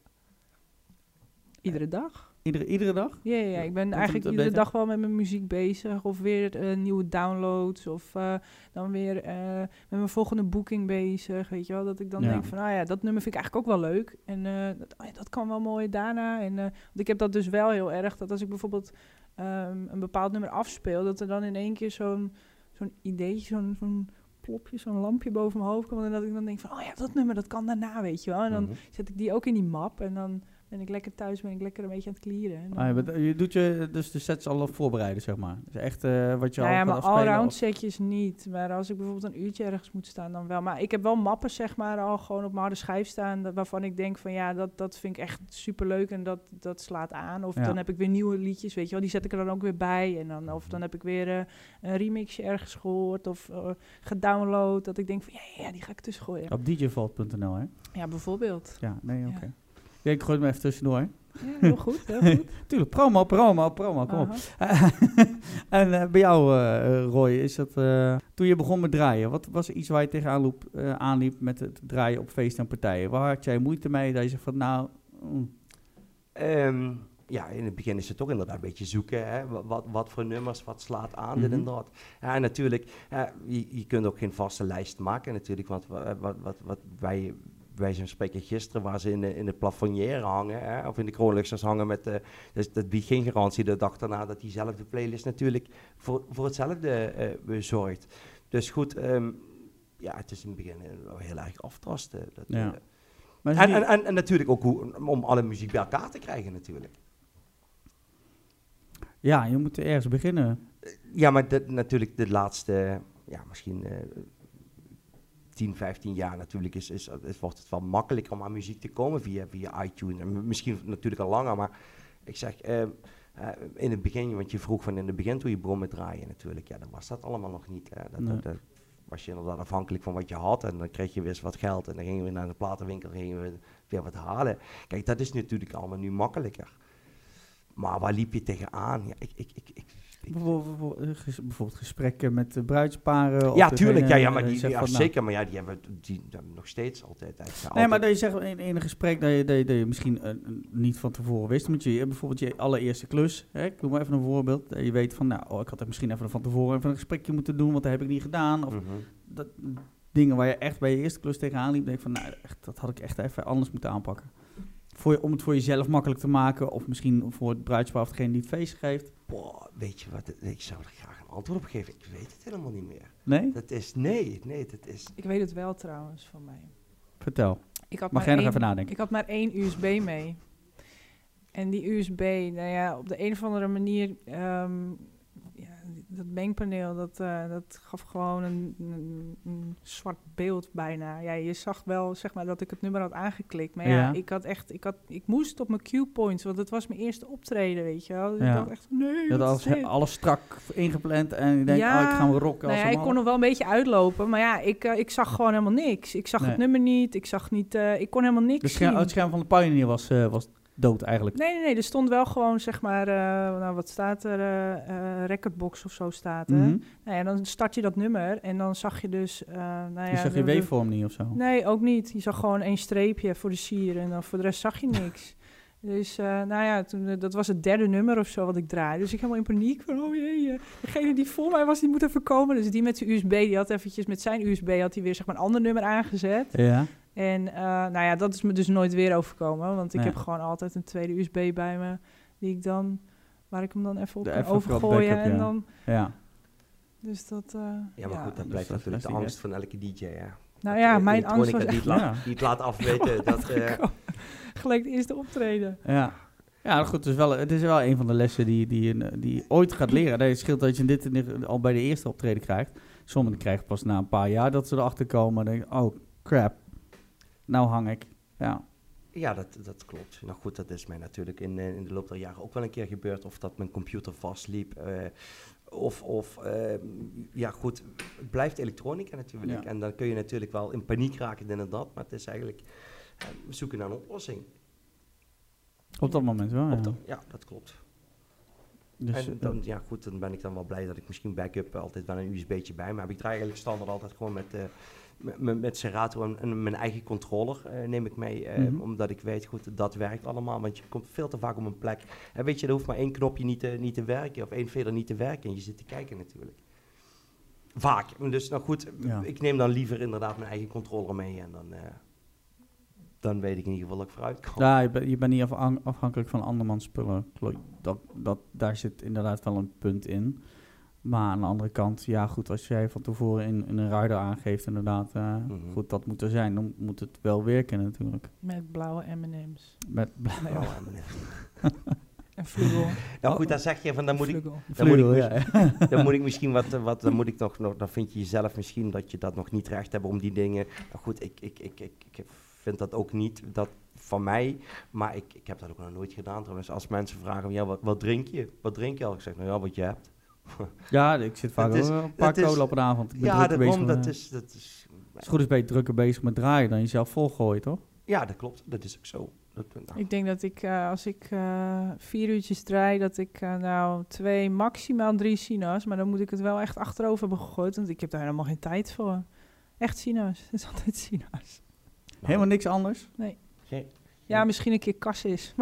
Iedere dag. Iedere, iedere dag? Ja, ja, ja. Ik ben Komt eigenlijk iedere beter? dag wel met mijn muziek bezig. Of weer uh, nieuwe downloads. Of uh, dan weer uh, met mijn volgende boeking bezig. Weet je wel, dat ik dan ja. denk van, nou ja, dat nummer vind ik eigenlijk ook wel leuk. En uh, dat, oh ja, dat kan wel mooi daarna. En, uh, want ik heb dat dus wel heel erg, dat als ik bijvoorbeeld um, een bepaald nummer afspeel, dat er dan in één keer zo'n, zo'n ideetje, zo'n, zo'n plopje, zo'n lampje boven mijn hoofd komt. En dat ik dan denk van, oh ja, dat nummer, dat kan daarna, weet je wel. En dan mm-hmm. zet ik die ook in die map en dan... Ben ik lekker thuis, ben ik lekker een beetje aan het clearen. Dan, ah, ja, je doet je dus de sets al voorbereiden, zeg maar. Dus echt uh, wat je nou al ja, kan afspelen. Ja, maar allround setjes niet. Maar als ik bijvoorbeeld een uurtje ergens moet staan, dan wel. Maar ik heb wel mappen, zeg maar, al gewoon op mijn harde schijf staan, dat, waarvan ik denk van ja, dat, dat vind ik echt superleuk en dat, dat slaat aan. Of ja. dan heb ik weer nieuwe liedjes, weet je wel, die zet ik er dan ook weer bij. En dan, of dan heb ik weer uh, een remixje ergens gehoord of uh, gedownload, dat ik denk van ja, ja, die ga ik tussen gooien. Op d j vault punt n l, hè? Ja, bijvoorbeeld. Ja, nee, oké. Okay. Ja, ik gooi het maar even tussendoor, hè? Ja, heel goed, heel goed. Tuurlijk, promo, promo, promo, kom op. En uh, bij jou, uh, Roy, is dat... Uh, toen je begon met draaien, wat was er iets waar je tegenaan loop, uh, aanliep met het draaien op feesten en partijen? Waar had jij moeite mee dat je zegt van, nou... Mm. Um, ja, in het begin is het toch inderdaad een beetje zoeken, hè? Wat, wat voor nummers, wat slaat aan, mm-hmm. dit en dat. Ja, natuurlijk, uh, je, je kunt ook geen vaste lijst maken natuurlijk, want wat, wat, wat, wat wij... Wij zijn spreken gisteren waar ze in de, in de plafonnière hangen, hè, of in de kroonluchters hangen met, uh, dus dat biedt geen garantie de dag daarna dat diezelfde playlist natuurlijk voor, voor hetzelfde uh, zorgt. Dus goed, um, ja, het is in het begin uh, heel erg aftasten. Dat, ja. uh, maar en, en, en, en natuurlijk ook hoe, om alle muziek bij elkaar te krijgen natuurlijk. Ja, je moet ergens beginnen. Uh, ja, maar de, natuurlijk de laatste, ja, misschien... Uh, tien, vijftien jaar natuurlijk is, is, is, wordt het wel makkelijker om aan muziek te komen via, via iTunes. En misschien natuurlijk al langer, maar ik zeg uh, uh, in het begin, want je vroeg van in het begin toen je begon met draaien natuurlijk, ja, dan was dat allemaal nog niet. Hè. Dat, nee. dat, dat was je inderdaad afhankelijk van wat je had en dan kreeg je weer eens wat geld en dan gingen we naar de platenwinkel en gingen we weer wat halen. Kijk, dat is natuurlijk allemaal nu makkelijker. Maar waar liep je tegenaan? Ja, ik, ik, ik, ik Bijvoorbeeld, bijvoorbeeld gesprekken met de bruidsparen? Ja, tuurlijk. Ja, ja, maar die, ja, zeker. Nou, maar ja, die hebben, die, die hebben nog steeds altijd. Nee, altijd. maar dat je zegt in, in een gesprek dat je, dat je, dat je misschien uh, niet van tevoren wist. Want je bijvoorbeeld je allereerste klus. Hè, ik doe maar even een voorbeeld. Dat je weet van, nou, oh, ik had er misschien even van tevoren even een gesprekje moeten doen, want dat heb ik niet gedaan. Of, mm-hmm. dat, dingen waar je echt bij je eerste klus tegenaan liep, denk ik van, nou, echt, dat had ik echt even anders moeten aanpakken. Voor je, om het voor jezelf makkelijk te maken, of misschien voor het bruidspaar of degene die het feest geeft. Boah, weet je wat, ik zou er graag een antwoord op geven. Ik weet het helemaal niet meer. Nee? Dat is, nee, nee, dat is... Ik weet het wel trouwens van mij. Vertel. Ik had Mag maar jij nog één, even nadenken? Ik had maar één U S B mee. En die U S B, nou ja, op de een of andere manier... Um, ja, dat mengpaneel, dat, uh, dat gaf gewoon een, een, een zwart beeld bijna. Ja, je zag wel, zeg maar, dat ik het nummer had aangeklikt. Maar ja, Ja. ik had echt... Ik, had, ik moest op mijn cue points, want het was mijn eerste optreden, weet je wel. Dus Ja. ik dacht echt, nee, Je had wat alles, is dit? alles strak ingepland en je denkt, Ja, oh, ik ga me rocken. Nou als ja, een ik kon malle. er wel een beetje uitlopen, maar ja, ik, uh, ik zag gewoon helemaal niks. Ik zag Nee. het nummer niet, ik zag niet... Uh, ik kon helemaal niks De scherm, zien. het scherm van de Pioneer was, uh, was dood eigenlijk. Nee, nee, nee, er stond wel gewoon, zeg maar, uh, nou, wat staat er? Uh, uh, recordbox of zo staat er. Mm-hmm. Nou ja, dan start je dat nummer en dan zag je dus... Uh, nou ja, Je zag je de- de- waveform niet of zo? Nee, ook niet. Je zag gewoon één streepje voor de sier en dan voor de rest zag je niks. Dus, uh, nou ja, toen, uh, dat was het derde nummer of zo wat ik draaide. Dus ik helemaal in paniek van, oh jee, uh, degene die voor mij was, die moet even komen. Dus die met zijn U S B, die had eventjes met zijn U S B, had hij weer zeg maar een ander nummer aangezet. Ja. En uh, nou ja, dat is me dus nooit weer overkomen. Want ik Nee. heb gewoon altijd een tweede U S B bij me, die ik dan, waar ik hem dan even op De kan even overgooien. backup, en ja. dan, Ja. dus dat, uh, Ja, maar goed, dat dus blijft dat natuurlijk de is die, angst van elke D J, hè. nou Dat, ja, uh, mijn angst was elektronica echt die het laat, Ja. die het laat afweten. dat, uh, gelijk de eerste optreden. Ja. Ja, goed, het is wel, het is wel een van de lessen die, die, je- die je ooit gaat leren. Het scheelt dat je dit in- al bij de eerste optreden krijgt. Sommigen krijgen pas na een paar jaar dat ze erachter komen. En denken, oh crap, nou hang ik. Ja. Ja, dat, dat klopt. Nou goed, dat is mij natuurlijk in, eh, in de loop der jaren ook wel een keer gebeurd. Of dat mijn computer vastliep. eh, of, of eh, ja goed, het blijft elektronica natuurlijk. Ja. En dan kun je natuurlijk wel in paniek raken, dit en dat. Maar het is eigenlijk eh, we zoeken naar een oplossing. Op dat moment wel, ja. Op de- ja, dat klopt. Dus, en dan, ja goed, dan ben ik dan wel blij dat ik misschien backup altijd wel een U S B'tje bij me heb. Ik draai eigenlijk standaard altijd gewoon met... eh, met- met, met Serato en, en mijn eigen controller eh, neem ik mee, eh, Mhm. omdat ik weet, goed, dat werkt allemaal, want je komt veel te vaak op een plek. En weet je, er hoeft maar één knopje niet te, niet te werken, of één fader niet te werken, en je zit te kijken natuurlijk. Vaak. Dus nou goed, Ja. ik neem dan liever inderdaad mijn eigen controller mee, en dan, eh, dan weet ik in ieder geval dat ik vooruit kan. ja, je, bent- je bent niet afhang- afhankelijk van andermans spullen. Klo- Dat, dat, daar zit inderdaad wel een punt in. Maar aan de andere kant, ja goed, als jij van tevoren in, in een rider aangeeft inderdaad, eh, Mhm. goed, dat moet er zijn, dan moet het wel werken natuurlijk. Met blauwe M en M's. Met Nee, Nou, hoor. eh, meneer. En vlugel. nou goed, dan zeg je van, dan moet ik, Vlugel. Dan moet, ik, vleugel, mis- ja. dan moet ik misschien wat, wat dan moet ik nog, nog, dan vind je jezelf misschien dat je dat nog niet recht hebt om die dingen. Nou goed, ik, ik, ik, ik, ik vind dat ook niet dat van mij, maar ik, ik heb dat ook nog nooit gedaan trouwens. Als mensen vragen, ja, wat, wat drink je? Wat drink je al? Ik zeg, nou ja, wat je hebt. Ja, ik zit vaak Het is- wel een paar het is- cola op een avond. Ik ben Ja, drukker bezig daarom, met, dat eh, is, dat is, Als het goed is ben je drukker bezig met draaien dan jezelf volgooien, toch? ja, dat klopt, dat is ook zo. Dat, nou, Ik denk dat ik, uh, als ik uh, vier uurtjes draai, dat ik uh, nou twee, maximaal drie sina's, maar dan moet ik het wel echt achterover hebben gegooid, want ik heb daar helemaal geen tijd voor. Echt sina's, het is altijd sina's. Helemaal niks anders? geen, Ja, misschien een keer kassis.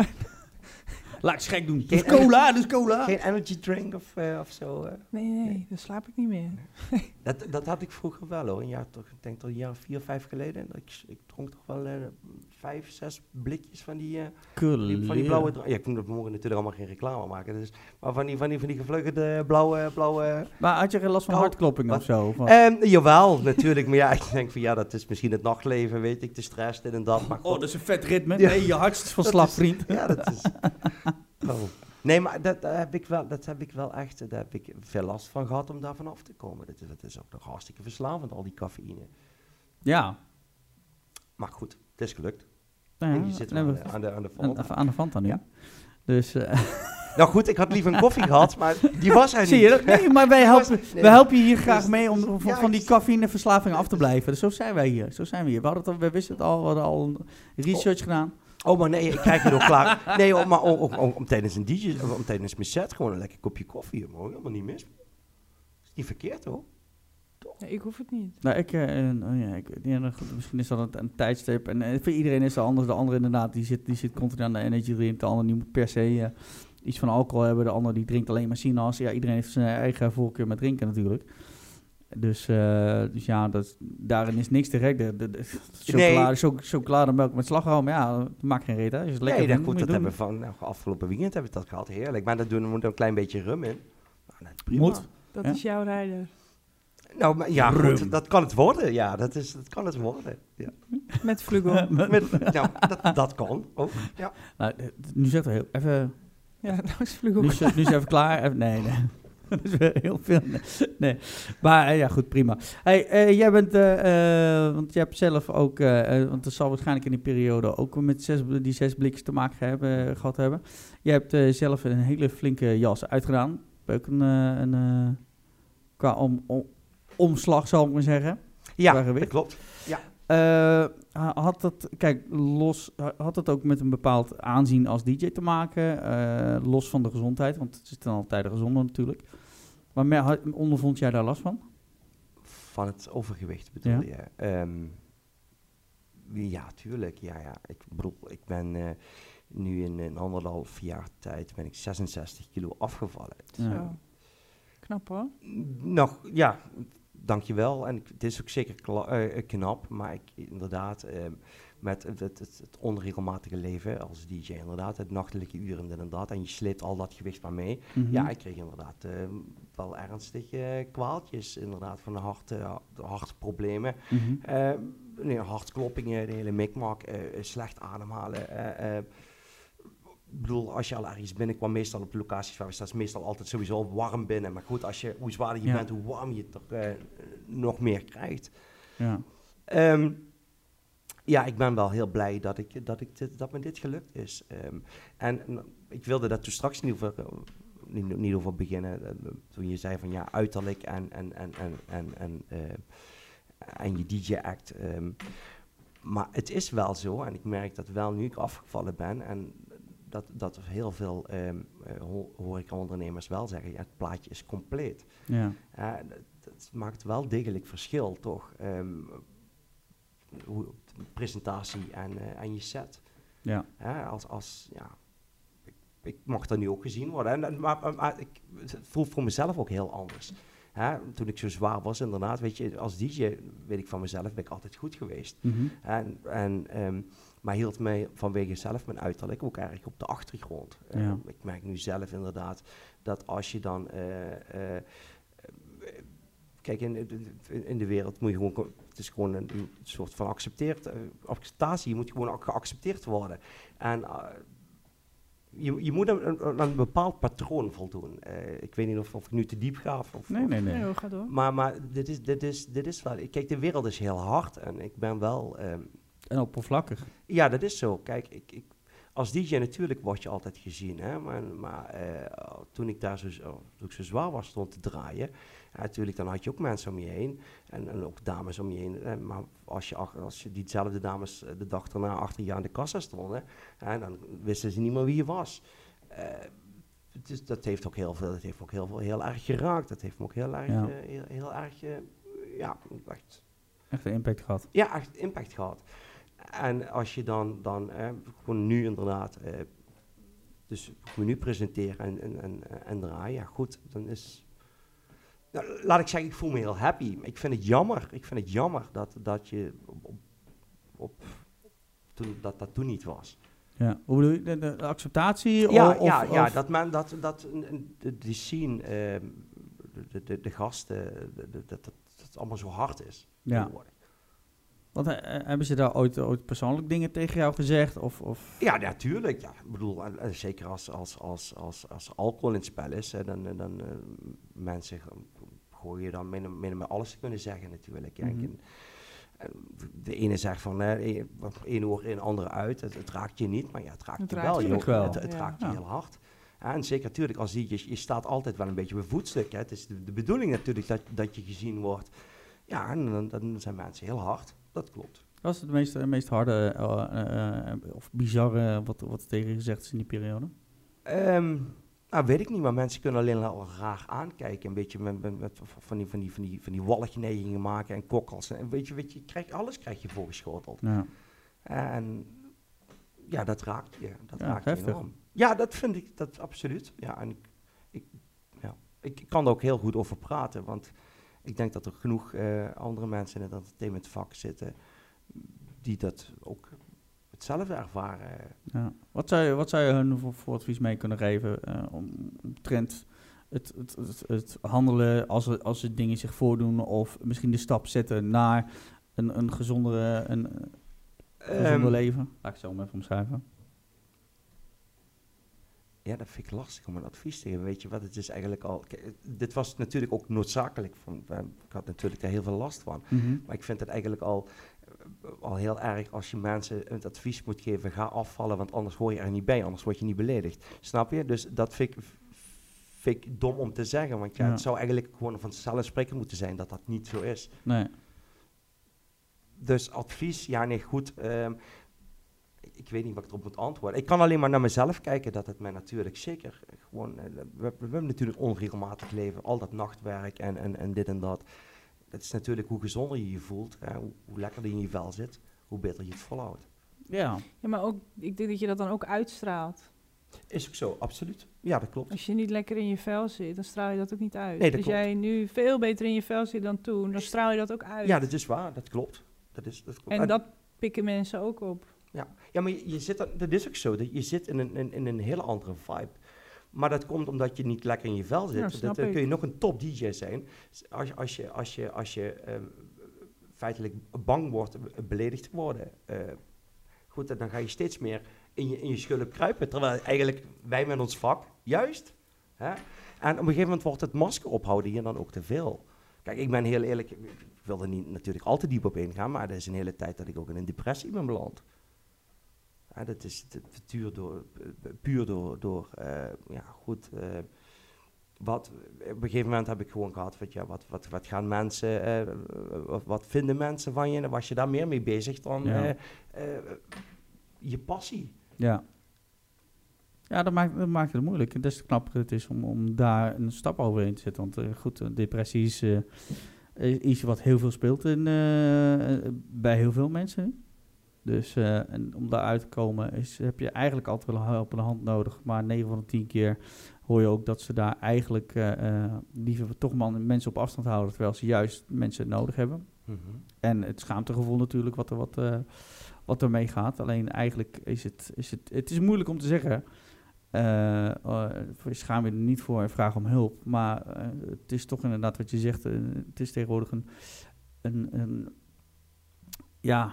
Laat ik gek doen. Geen Dus cola, dus cola. geen energy drink of, uh, of zo. Uh. Nee, nee, nee, dan slaap ik niet meer. Dat, dat had ik vroeger wel hoor, een jaar, toch, ik denk tot een jaar of vier, vijf geleden. Dat ik, ik dronk toch wel uh, vijf, zes blikjes van die, uh, die, van die blauwe drank. Ja, ik, we mogen natuurlijk allemaal geen reclame maken, dus, maar van die, van die, van die gevleugelde blauwe... blauwe Maar had je geen last van Oh, hartklopping of wat? zo? Of wat? um, jawel, natuurlijk, maar ja, ik denk van ja, dat is misschien het nachtleven, weet ik, de stress, dit en dat. Maar Oh, God, dat is een vet ritme. Ja. Nee, je hart is van Dat slag, is- vriend. ja, dat is... Oh. Nee, maar dat, dat, heb ik wel, dat heb ik wel echt, daar heb ik veel last van gehad om daarvan af te komen. Dat is, dat is ook nog hartstikke verslavend, al die cafeïne. Ja. Maar goed, het is gelukt. Nou ja, En je zit dan wel hebben aan we de, aan de aan, Fanta. aan de Fanta nu. Ja. Dus, eh, Nou goed, ik had liever een koffie gehad, maar die was er niet. zie je dat? Nee, maar wij helpen, Nee. we helpen je hier graag Dus- mee om van, ja, van die ik- cafeïneverslaving af te blijven. Dus zo zijn wij hier. Zo zijn we hier. We, hadden het, al- we wisten het al, we hadden al een research gedaan. Oh, maar nee, ik krijg je nog klaar. Nee, om, maar om, om, om, om tijdens een D J, om, om tijdens mijn set gewoon een lekker kopje koffie. Dat mag helemaal niet mis. Is niet verkeerd hoor. Nee, ik hoef het niet. Nou, ik, eh, eh, oh ja, ik, ja, nou goed, misschien is dat een, een tijdstip. En eh, voor iedereen is het anders. De andere inderdaad, die zit, die zit continu aan de energy drink. De ander die moet per se eh, iets van alcohol hebben. De ander die drinkt alleen maar sinaas. Ja, iedereen heeft zijn eigen voorkeur met drinken natuurlijk. Dus, uh, dus ja, dat, daarin is niks te gek. De, de, de chocolade, nee. cho chocolademelk met slagroom, ja, dat maakt geen reet, hè. Als je het lekker nee, vindt, goed, dat doen. hebben we van nou, afgelopen weekend hebben we dat gehad. Heerlijk. Maar dat doen we moet een klein beetje rum in. Nou, dat prima. Moet. Dat Ja? is jouw rijder. Nou, maar, ja, Rum. goed, dat kan het worden. Ja, dat, is, dat kan het worden. Ja. Met vlugel. Met, nou, dat, dat kan ook. Ja. Nou, nu zegt er heel even. Ja, dat is vlugel. Nu is, nu is even klaar. Even, nee, nee. Dat is weer heel veel. Nee. nee. Maar uh, ja, goed, prima. Hey, uh, jij bent, uh, uh, want je hebt zelf ook, uh, uh, want dat zal waarschijnlijk in die periode ook met zes, die zes blikjes te maken hebben, gehad hebben. Je hebt uh, zelf een hele flinke jas uitgedaan. Ook een, uh, een uh, qua om, om, omslag, zal ik maar zeggen. Ja, dat klopt. Ja. Uh, had dat, kijk, los, had het ook met een bepaald aanzien als D J te maken, uh, los van de gezondheid, want het is dan altijd gezonder natuurlijk. Maar meer, ondervond jij daar last van? Van het overgewicht bedoel ja. je? Um, ja, tuurlijk. Ja, ja. Ik bedoel, ik ben uh, nu in een anderhalf jaar tijd ben ik zesenzestig kilo afgevallen. Ja. Zo. Knap hoor. Nog, ja. Dankjewel. En ik, het is ook zeker kla- uh, knap, maar ik inderdaad, uh, met het, het, het onregelmatige leven als D J, inderdaad, het nachtelijke uren inderdaad, en je sleept al dat gewicht maar mee. Mm-hmm. Ja, ik kreeg inderdaad uh, wel ernstige uh, kwaaltjes, inderdaad, van de hart, uh, hartproblemen. Mm-hmm. uh, nee, hartkloppingen, de hele mikmak, uh, slecht ademhalen. Uh, uh, Ik bedoel, als je al ergens binnenkwam, meestal op locaties waar we staan, is meestal altijd sowieso warm binnen. Maar goed, als je, hoe zwaarder je ja. bent, hoe warm je toch uh, nog meer krijgt. Ja. Um, ja, ik ben wel heel blij dat, ik, dat, ik dit, dat me dit gelukt is. Um, en uh, ik wilde daar toen straks niet over, uh, niet, niet over beginnen. Uh, toen je zei van ja, uiterlijk en, en, en, en, en, en, uh, en je D J-act. Um, maar het is wel zo, en ik merk dat wel nu ik afgevallen ben. En Dat, dat heel veel um, uh, horeca-ondernemers wel zeggen, ja, het plaatje is compleet. Ja. Uh, dat, dat maakt wel degelijk verschil, toch? Um, hoe, presentatie en, uh, en je set. Ja. Uh, als, als, ja, ik, ik mag dat nu ook gezien worden. En, en, maar maar, maar ik, het voelt voor mezelf ook heel anders. Uh, toen ik zo zwaar was, inderdaad, weet je, als D J, weet ik van mezelf, ben ik altijd goed geweest. Mm-hmm. En... en um, maar hield mij vanwege zelf mijn uiterlijk ook erg op de achtergrond. Ja. Uh, ik merk nu zelf inderdaad dat als je dan... Uh, uh, uh, kijk, in, in, in de wereld moet je gewoon... Het is gewoon een, een soort van accepteerd, uh, acceptatie. Je moet gewoon geaccepteerd worden. En uh, je, je moet aan een, een bepaald patroon voldoen. Uh, ik weet niet of, of ik nu te diep ga. Of, nee, nee, nee. nee ga door. Maar, maar dit, is, dit, is, dit is wel... Kijk, de wereld is heel hard en ik ben wel... Um, En oppervlakkig. Ja, dat is zo. Kijk, ik, ik, als D J natuurlijk word je altijd gezien. Hè? Maar, maar uh, toen ik daar zo, toen ik zo zwaar was stond te draaien... Ja, natuurlijk, dan had je ook mensen om je heen. En, en ook dames om je heen. Hè? Maar als je, als je diezelfde dames de dag daarna achter je aan de kassa stonden... Hè, dan wisten ze niet meer wie je was. Uh, dus dat heeft ook heel veel, dat heeft ook heel veel heel erg geraakt. Dat heeft me ook heel erg... Ja. Uh, heel, heel erg uh, ja, echt... Echt een impact gehad. Ja, echt impact gehad. En als je dan, dan eh, gewoon nu inderdaad, eh, dus ik me nu presenteren en, en, en, en draaien, ja goed, dan is, nou, laat ik zeggen, ik voel me heel happy. Ik vind het jammer, ik vind het jammer dat, dat je, op, op, op, toen, dat dat toen niet was. Ja, hoe bedoel je, de, de acceptatie? Ja, of, ja, of, ja of? dat men, dat, dat, de, die scene, uh, de, de, de gasten, de, de, dat, dat het allemaal zo hard is. Ja. Want uh, hebben ze daar ooit, ooit persoonlijk dingen tegen jou gezegd? Of, of? Ja, natuurlijk. Ja, ik bedoel, uh, zeker als, als, als, als, als alcohol in het spel is, uh, dan, uh, dan uh, mensen uh, gooien dan min, min met alles te kunnen zeggen natuurlijk. Ja. Mm-hmm. En, uh, de ene zegt van, uh, één oor in, andere uit. Het, het raakt je niet, maar ja, het raakt het je wel. Je, wel. Het, het ja. raakt je ja. heel hard. Ja, en zeker natuurlijk, als je, je, je staat altijd wel een beetje op een voetstuk. Hè. Het is de, de bedoeling natuurlijk dat, dat je gezien wordt. Ja, en dan, dan zijn mensen heel hard. Dat klopt. Wat is het meest, uh, meest harde uh, uh, of bizarre wat, wat tegen gezegd is in die periode? Um, nou, weet ik niet, maar mensen kunnen alleen al raar aankijken. Een beetje met, met, met van die, van die, van die, van die walgneigingen maken en kokkels. En weet je, weet je krijg, alles krijg je voorgeschoteld. Ja. En ja, dat raakt je. Dat ja, raakt heftig. je enorm. Ja, dat vind ik, dat absoluut. Ja, en ik, ik, ja, ik kan er ook heel goed over praten, want ik denk dat er genoeg uh, andere mensen in het entertainmentvak zitten die dat ook hetzelfde ervaren. Ja. Wat, zou je, wat zou je hun voor, voor advies mee kunnen geven uh, om omtrent het, het, het, het handelen als er, als er dingen zich voordoen of misschien de stap zetten naar een, een gezondere, een, een gezonder um, leven? Laat ik het zo maar even omschrijven. Ja, dat vind ik lastig om een advies te geven. Weet je wat, het is eigenlijk al... Kijk, dit was natuurlijk ook noodzakelijk. Van, ik had natuurlijk daar heel veel last van. Mm-hmm. Maar ik vind het eigenlijk al, al heel erg als je mensen het advies moet geven, ga afvallen, want anders hoor je er niet bij, anders word je niet beledigd. Snap je? Dus dat vind ik, vind ik dom om te zeggen, want ja, ja. het zou eigenlijk gewoon vanzelfsprekend moeten zijn dat dat niet zo is. Nee. Dus advies, ja nee, goed... Um, Ik weet niet wat ik erop moet antwoorden. Ik kan alleen maar naar mezelf kijken, dat het mij natuurlijk zeker gewoon... Uh, we, we hebben natuurlijk onregelmatig leven, al dat nachtwerk en, en, en dit en dat. Dat is natuurlijk hoe gezonder je je voelt, hè, hoe, hoe lekkerder je in je vel zit, hoe beter je het volhoudt. Ja. Ja, maar ook, ik denk dat je dat dan ook uitstraalt. Is ook zo, absoluut. Ja, dat klopt. Als je niet lekker in je vel zit, dan straal je dat ook niet uit. Nee, dat Als klopt. jij nu veel beter in je vel zit dan toen, dan straal je dat ook uit. Ja, dat is waar, dat klopt. Dat is, dat klopt. En dat pikken mensen ook op. Ja, ja maar je, je zit, dan, dat is ook zo. Dat je zit in een, in, in een hele andere vibe. Maar dat komt omdat je niet lekker in je vel zit. Ja, dat, snap dan ik. kun je nog een top D J zijn. Als, als je, als je, als je uh, feitelijk bang wordt, beledigd te worden. Uh, goed, dan ga je steeds meer in je, in je schulp kruipen. Terwijl eigenlijk wij met ons vak, juist. Hè? En op een gegeven moment wordt het masker ophouden hier dan ook te veel. Kijk, ik ben heel eerlijk, ik wil er niet natuurlijk al te diep op ingaan, maar er is een hele tijd dat ik ook in een depressie ben beland. Ja, dat is puur door, puur door, door uh, ja goed, uh, wat, op een gegeven moment heb ik gewoon gehad, wat, ja, wat, wat, wat gaan mensen, uh, wat, wat vinden mensen van je, en was je daar meer mee bezig dan ja. uh, uh, je passie. Ja. Ja, dat maakt, dat maakt het moeilijk. En des te knapper het is om, om daar een stap overheen te zetten. Want uh, goed, depressie is uh, iets wat heel veel speelt in, uh, bij heel veel mensen. Dus uh, en om daaruit te komen is, heb je eigenlijk altijd wel een helpende hand nodig. Maar negen van de tien keer hoor je ook dat ze daar eigenlijk uh, uh, liever toch maar mensen op afstand houden. Terwijl ze juist mensen nodig hebben. Mm-hmm. En het schaamtegevoel natuurlijk wat er wat, uh, wat ermee gaat. Alleen eigenlijk is het, is het, het is moeilijk om te zeggen. Uh, uh, schaam je er niet voor en vraag om hulp. Maar uh, het is toch inderdaad wat je zegt. Uh, het is tegenwoordig een, een, een ja...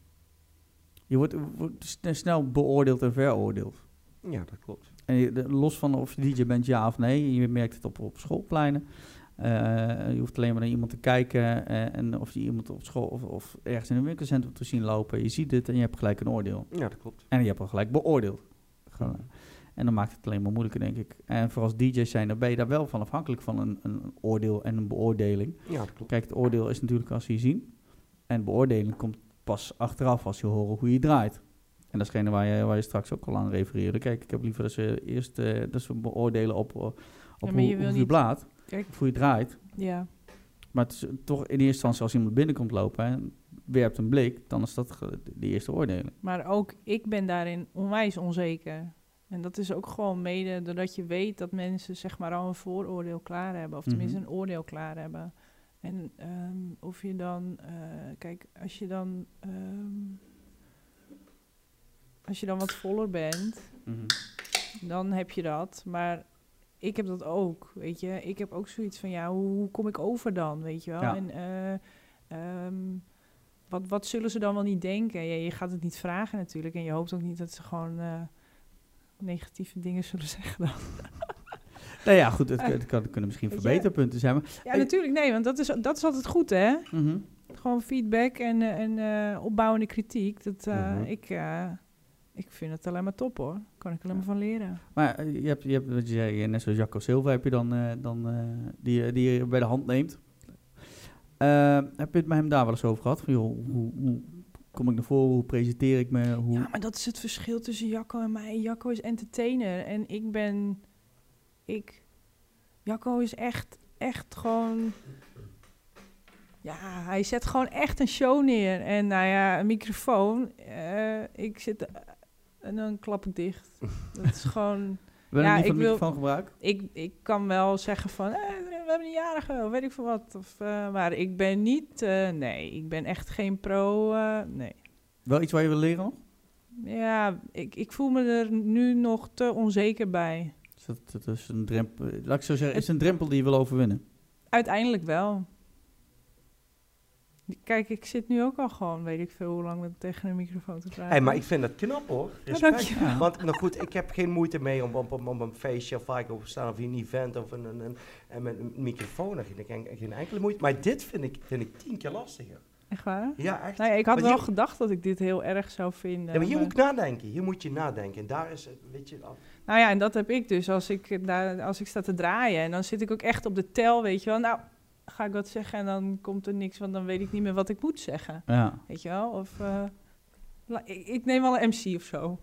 Je wordt, wordt snel beoordeeld en veroordeeld. Ja, dat klopt. En je, de, los van of je D J bent, ja of nee. Je merkt het op, op schoolpleinen. Uh, je hoeft alleen maar naar iemand te kijken. Uh, en of je iemand op school of, of ergens in een winkelcentrum te zien lopen. Je ziet het en je hebt gelijk een oordeel. Ja, dat klopt. En je hebt al gelijk beoordeeld. Gewoon. En dan maakt het alleen maar moeilijker, denk ik. En voor als D J's zijn, dan ben je daar wel van afhankelijk van een, een oordeel en een beoordeling. Ja, dat klopt. Kijk, het oordeel is natuurlijk als je zien. En beoordeling komt pas achteraf als je hoort hoe je draait. En dat is hetgene waar je, waar je straks ook al aan refereerde. Kijk, ik heb liever dat ze eerst uh, dat ze beoordelen op, op ja, hoe, je, hoe je niet... blaat, Kijk. of hoe je draait. Ja. Maar het is toch in eerste instantie als iemand binnenkomt lopen en werpt een blik, dan is dat de eerste oordeling. Maar ook ik ben daarin onwijs onzeker. En dat is ook gewoon mede doordat je weet dat mensen zeg maar al een vooroordeel klaar hebben. Of tenminste mm-hmm. een oordeel klaar hebben. En um, of je dan, uh, kijk, als je dan, um, als je dan wat voller bent, mm-hmm. dan heb je dat. Maar ik heb dat ook, weet je. Ik heb ook zoiets van, ja, hoe, hoe kom ik over dan, weet je wel? Ja. En uh, um, wat, wat zullen ze dan wel niet denken? Ja, je gaat het niet vragen natuurlijk. En je hoopt ook niet dat ze gewoon uh, negatieve dingen zullen zeggen dan. Nou ja, goed, het, het, kan, het kunnen misschien verbeterpunten zijn. Maar ja, natuurlijk, nee, want dat is, dat is altijd goed, hè? Mm-hmm. Gewoon feedback en, en uh, opbouwende kritiek. Dat, uh, mm-hmm. ik, uh, ik vind het alleen maar top, hoor. Daar kan ik alleen maar van leren. Maar uh, je hebt, je hebt, wat je zei, net zoals Jacco Silva heb je dan, uh, dan uh, die, die je bij de hand neemt. Uh, heb je het met hem daar wel eens over gehad? Van, joh, hoe, hoe kom ik naar voren? Hoe presenteer ik me? Hoe... Ja, maar dat is het verschil tussen Jacco en mij. Jacco is entertainer en ik ben... Ik... Jacco is echt, echt gewoon... Ja, hij zet gewoon echt een show neer. En nou ja, een microfoon. Uh, ik zit... Uh, en dan klap ik dicht. Dat is gewoon... Wil je ja, niet van ik de microfoon wil, gebruiken? Ik, ik kan wel zeggen van... Uh, hebben een jarige, of weet ik veel wat. Of, uh, maar ik ben niet, uh, nee, ik ben echt geen pro, uh, nee. Wel iets waar je wil leren nog? Ja, ik, ik voel me er nu nog te onzeker bij. Is dat, dat is een drempel, laat ik zo zeggen, is het een drempel die je wil overwinnen? Uiteindelijk wel. Kijk, ik zit nu ook al gewoon, weet ik veel hoe lang met tegen een microfoon te praten. Hey, maar ik vind dat knap hoor. Respect. Ja, want nou goed, ik heb geen moeite mee om op, op, op een feestje of waar ik op staan of een event of een, een, een, en met een microfoon. Daar heb ik geen enkele moeite. Maar dit vind ik, vind ik tien keer lastiger. Echt waar? Ja, echt. Nou ja, ik had Want wel hier, gedacht dat ik dit heel erg zou vinden. Ja, maar hier maar... moet ik nadenken. Hier moet je nadenken. En daar is, weet je... Af. Nou ja, en dat heb ik dus als ik, daar, als ik sta te draaien. En dan zit ik ook echt op de tel, weet je wel. Nou, ga ik wat zeggen en dan komt er niks, want dan weet ik niet meer wat ik moet zeggen. Ja. Weet je wel? Of uh, la, ik, ik neem wel een M C of zo.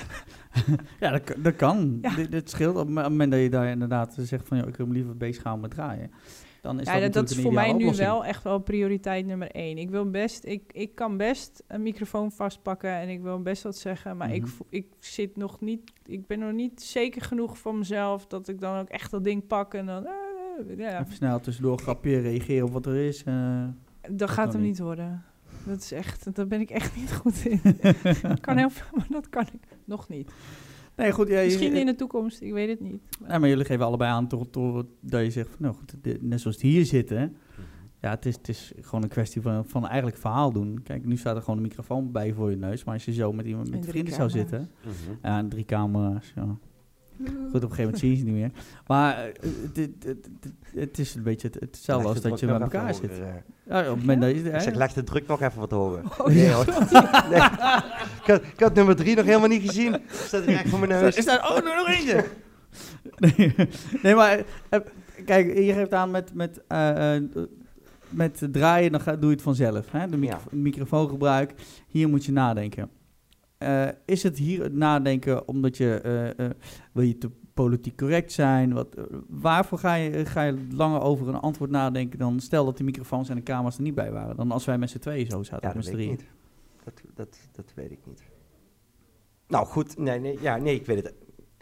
Ja, dat, dat kan. Ja. Dit, dit scheelt op het moment dat je daar inderdaad zegt van... Joh, ik wil me liever bezig houden met draaien. Dan is ja, dat, dat, dat is een voor mij nu oplossing. wel echt wel prioriteit nummer één. Ik wil best, ik, ik kan best een microfoon vastpakken en ik wil best wat zeggen, maar mm-hmm. ik, ik zit nog niet, ik ben nog niet zeker genoeg van mezelf dat ik dan ook echt dat ding pak en dan... Uh, ja. Even snel tussendoor grapje, reageren op wat er is. Uh, dat, dat gaat hem niet worden. Dat is echt, daar ben ik echt niet goed in. Ik kan heel veel, maar dat kan ik nog niet. Nee, goed, ja, Misschien je, in de toekomst, ik weet het niet. Maar, ja, maar jullie geven allebei aan toch, toch, dat je zegt, van, nou goed, dit, net zoals het hier zitten. Mm-hmm. Ja, het is, het is gewoon een kwestie van, van eigenlijk verhaal doen. Kijk, nu staat er gewoon een microfoon bij voor je neus. Maar als je zo met iemand met vrienden zou zitten. Mm-hmm. Ja, en drie camera's, ja. Goed, op een gegeven moment zie je ze niet meer. Maar uh, dit, dit, dit, het is een beetje het, hetzelfde als dat je met elkaar zit. Hoger, uh. Ja, op het moment dat je... Ik zeg, leg de druk nog even wat hoger. Oh, nee, hoor. Nee. Ik, had, ik had nummer drie nog helemaal niet gezien. Staat er echt voor mijn neus. Is dat, oh, nog eentje. nee, nee, maar uh, kijk, je geeft aan met, met, uh, uh, met draaien, dan ga, doe je het vanzelf. Hè? De micro- ja. microfoongebruik, hier moet je nadenken. Uh, is het hier het nadenken omdat je, uh, uh, wil je te politiek correct zijn? Wat, uh, waarvoor ga je, ga je langer over een antwoord nadenken dan stel dat de microfoons en de camera's er niet bij waren? Dan als wij met z'n tweeën zo zaten. Ja, dat weet ik niet. Dat, dat, dat weet ik niet. Nou goed, nee, nee, ja, nee, ik weet het.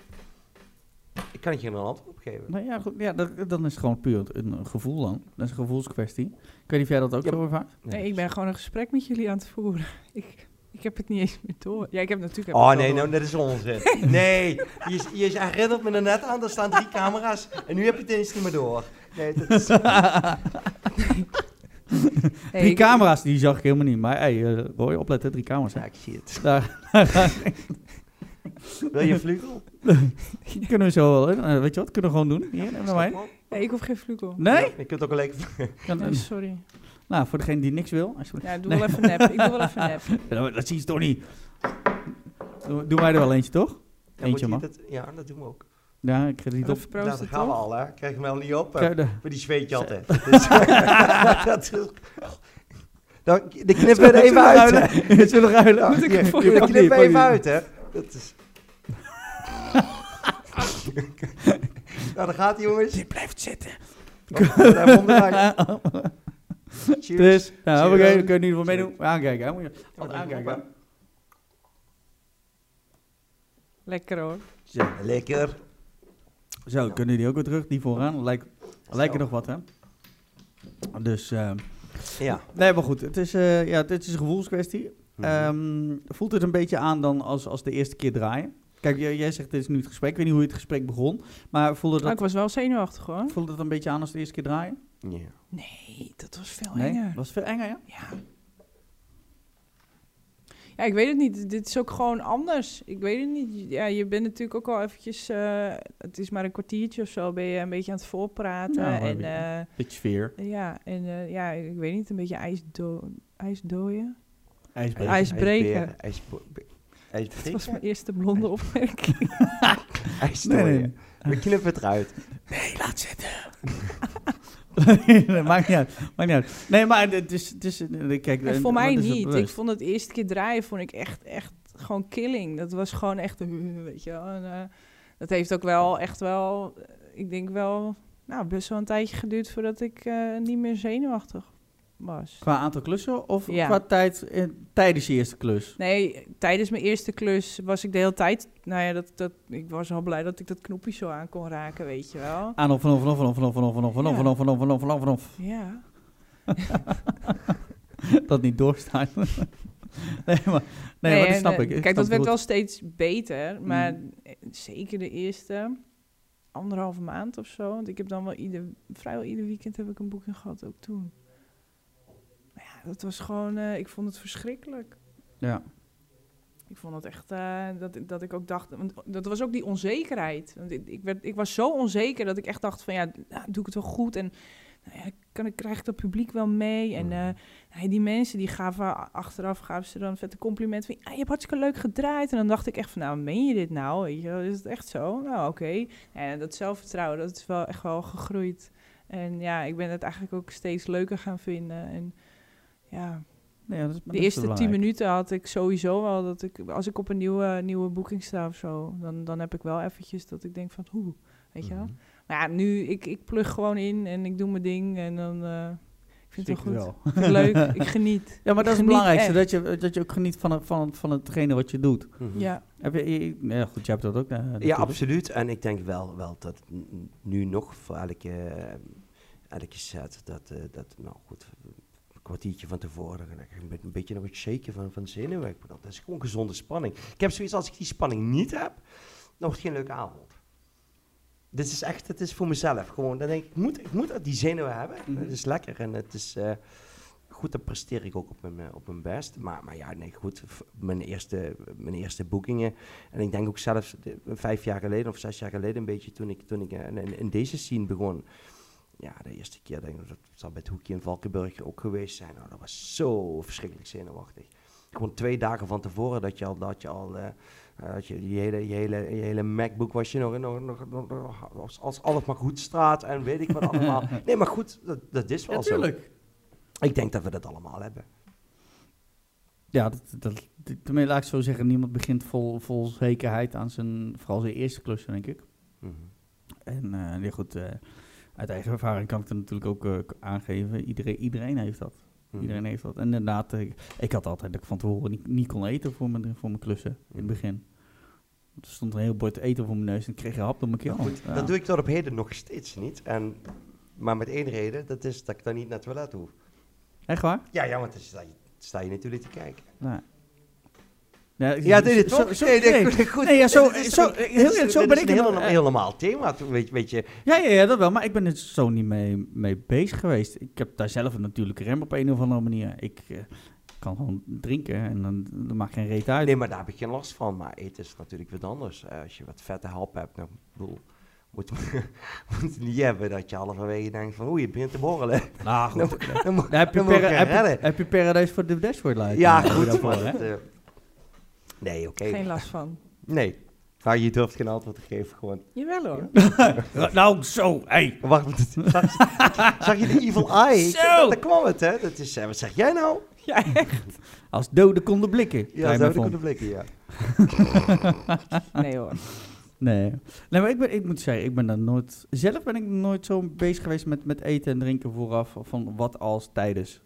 Ik kan het je een antwoord op geven. Nou ja, goed, ja dat, dan is het gewoon puur een gevoel dan. Dat is een gevoelskwestie. Ik weet niet of jij dat ook ja, zo ervaart? Nee, nee, ik ben gewoon een gesprek met jullie aan het voeren. Ik... Ik heb het niet eens meer door. Ja, ik heb natuurlijk... Heb oh nee, nou, dat is onzin. Nee, je, je herinnert me er net aan, er staan drie camera's en nu heb je het eens niet meer door. Nee, dat is... hey, drie camera's, die zag ik helemaal niet. Maar hey, uh, Roy, opletten, drie camera's. Ja, ik zie het. Daar. Wil je een vlugel? Die kunnen we zo wel, uh, weet je wat, kunnen we gewoon doen. Hier, neem naar mij. Nee, ik hoef geen vlugel. Nee? Ja, je kunt ook een leek... oh, sorry. Nou, voor degene die niks wil. Ja, doe nee. wel even nep. Ik doe wel even nep. Ja, dat zie je toch niet. Doe, doen wij er wel eentje, toch? Ja, eentje, man. Dat, ja, dat doen we ook. Ja, ik krijg het niet op. Nou, dat gaan we al, hè. Krijg je hem wel niet op. De... Voor die zweet je altijd. Dus, dat is... Dan, de knippen er even uit. Het zullen ruilen. Ja, je, je, je knippen even uit, hè. Dat is... Nou, dan gaat hij, jongens. Die blijft zitten. Cheers. Dus, nou, oké, okay, dan kun je in ieder geval meedoen. Aankijken, hè. Moet je altijd aankijken. Lekker hoor. Zo, lekker. Zo, nou. Kunnen jullie ook weer terug, die vooraan. Lijkt, lijken nog wat, hè. Dus, uh, ja. Nee, maar goed, het is, uh, ja, het is een gevoelskwestie. Mm-hmm. Um, voelt het een beetje aan dan als, als de eerste keer draaien? Kijk, jij, jij zegt, dit is nu het gesprek. Ik weet niet hoe je het gesprek begon. Maar voelde dat... Oh, ik was wel zenuwachtig, hoor. Voelde het een beetje aan als de eerste keer draaien? Ja. Nee, dat was veel nee? enger. Was het veel enger, ja? Ja. Ja, ik weet het niet. Dit is ook gewoon anders. Ik weet het niet. Ja, je bent natuurlijk ook al eventjes... Uh, het is maar een kwartiertje of zo. Ben je een beetje aan het voorpraten. Ja, en, een beetje, uh, beetje sfeer. Ja, en uh, ja, ik weet niet. Een beetje ijsdo- ijsdooien. IJsbreken. IJsbreken. IJsbreken. Dat was mijn eerste blonde opmerking. IJsdooien. Nee, nee. We knippen het eruit. Nee, laat zitten. nee, maakt niet uit. Maakt niet uit. Nee, maar het is... Het is kijk, en voor mij niet. Ik vond het eerste keer draaien vond ik echt, echt gewoon killing. Dat was gewoon echt... Weet je wel. En, uh, dat heeft ook wel echt wel... Ik denk wel... Nou, best wel een tijdje geduurd voordat ik uh, niet meer zenuwachtig was. Qua aantal klussen of Ja. qua tijd eh, tijdens je eerste klus? Nee, tijdens mijn eerste klus was ik de hele tijd... Nou ja, dat, dat, ik was al blij dat ik dat knopje zo aan kon raken, weet je wel. Aan of, van of, van of, van of, van of, van of, van of, van of, van of, van of, van of, van of, van of. Ja. Dat niet doorstaan. nee, maar, nee, maar dat en, snap eh, ik. Ik Kijk, snap dat werd goed. wel steeds beter, maar Mm. zeker de eerste anderhalve maand of zo. Want ik heb dan wel ieder, vrijwel ieder weekend heb ik een boeking gehad, ook toen. Maar ja, dat was gewoon, uh, ik vond het verschrikkelijk. Ja. Ik vond het echt, uh, dat, dat ik ook dacht, want dat was ook die onzekerheid. Want ik, ik, werd, ik was zo onzeker dat ik echt dacht van, ja, nou, doe ik het wel goed? En nou ja, kan ik, krijg ik dat publiek wel mee? En uh, nou, die mensen die gaven achteraf, gaven ze dan een vette compliment van, ah, je hebt hartstikke leuk gedraaid. En dan dacht ik echt van, nou, meen je dit nou? Weet je, is het echt zo? Nou, oké. Okay. En dat zelfvertrouwen, dat is wel echt wel gegroeid. En ja, ik ben het eigenlijk ook steeds leuker gaan vinden. En ja... Nee, ja, dat is, de eerste tien minuten had ik sowieso wel dat ik, als ik op een nieuwe, nieuwe boeking sta of zo, dan, dan heb ik wel eventjes dat ik denk van, hoe, weet je wel. Mm-hmm. Maar ja, nu, ik, ik plug gewoon in en ik doe mijn ding en dan, uh, ik vind het wel goed. Wel. Ik vind het leuk, ik geniet. Ja, maar ik dat is het belangrijkste, echt. dat je, dat je ook geniet van, van, van hetgene wat je doet. Mm-hmm. Ja. Heb je, je, ja, goed, jij hebt dat ook. Uh, Ja, absoluut. En ik denk wel, wel dat n- nu nog voor elke, uh, elke set, dat, uh, dat, nou goed... een kwartiertje van tevoren, dan ga ik een beetje nog het shaken van, van zenuwen. Dat is gewoon gezonde spanning. Ik heb zoiets, als ik die spanning niet heb, dan wordt het geen leuke avond. Dit is echt, het is voor mezelf. Gewoon, dan denk ik, ik moet, ik moet die zenuwen hebben. Mm-hmm. Het is lekker en het is uh, goed, dan presteer ik ook op mijn, uh, op mijn best. Maar, maar ja, nee, goed, mijn eerste, mijn eerste boekingen. En ik denk ook zelfs de, vijf jaar geleden of zes jaar geleden een beetje, toen ik, toen ik uh, in, in deze scene begon. Ja, de eerste keer, denk ik, dat zal bij het Hoekje in Valkenburg ook geweest zijn. Nou, dat was zo verschrikkelijk zenuwachtig. Gewoon twee dagen van tevoren dat je al, dat je al, uh, dat je, je, hele, je, hele, je hele MacBook was je nog, nog, nog, nog als, als alles maar goed staat en weet ik wat allemaal. Nee, maar goed, dat, dat is wel ja, zo. Ik denk dat we dat allemaal hebben. Ja, dat, dat, tenminste, laat ik zo zeggen, niemand begint vol, vol zekerheid aan zijn, vooral zijn eerste klussen, denk ik. Mm-hmm. En uh, ja, goed... Uh, uit eigen ervaring kan ik het natuurlijk ook uh, aangeven. Iedereen, iedereen heeft dat. Mm. Iedereen heeft dat. En inderdaad, ik, ik had altijd dat ik van tevoren niet, niet kon eten voor mijn, voor mijn klussen mm. in het begin. Er stond een heel bord eten voor mijn neus en ik kreeg een hap door mijn keel. Goed, ja. Dat doe ik tot op heden nog steeds niet. En, maar met één reden, dat is dat ik dan niet naar het toilet hoef. Echt waar? Ja, ja, want dan sta je, sta je natuurlijk te kijken. Nee. Ja, ja, nee, dit toch? Zo, nee, nee, nee, goed, goed. nee, ja, zo, is, zo, dit heel, is, zo dit ben is ik een heel, er, heel normaal thema, weet, weet je. Ja, ja, ja, dat wel, maar ik ben er zo niet mee, mee bezig geweest. Ik heb daar zelf een natuurlijke rem op een of andere manier. Ik uh, kan gewoon drinken en dan, dan maakt geen reet uit. Nee, maar daar heb ik geen last van, maar eten is natuurlijk wat anders. Uh, als je wat vette hap hebt, nou, bedoel... Moet het niet hebben dat je halverwege denkt van, oeh, je begint te borrelen. Nou, goed. dan, dan, dan, heb, je dan para, heb, je, heb je Paradise voor de Dashboard Light? Ja, uh, goed. daarvoor, Maar dat, uh, nee, oké. Okay. Geen last van. Nee. Maar je durft geen antwoord te geven, gewoon. Jawel hoor. Ja. Nou, zo, hey. Wacht, zag, zag je de evil eye? Zo. Daar kwam het, hè? Dat is, uh, wat zeg jij nou? Ja, echt. Als doden konden blikken. Ja, als doden konden blikken, ja. Nee hoor. Nee. Nee, maar ik, ben, ik moet zeggen, ik ben daar nooit... Zelf ben ik nooit zo bezig geweest met, met eten en drinken vooraf. Van wat als tijdens.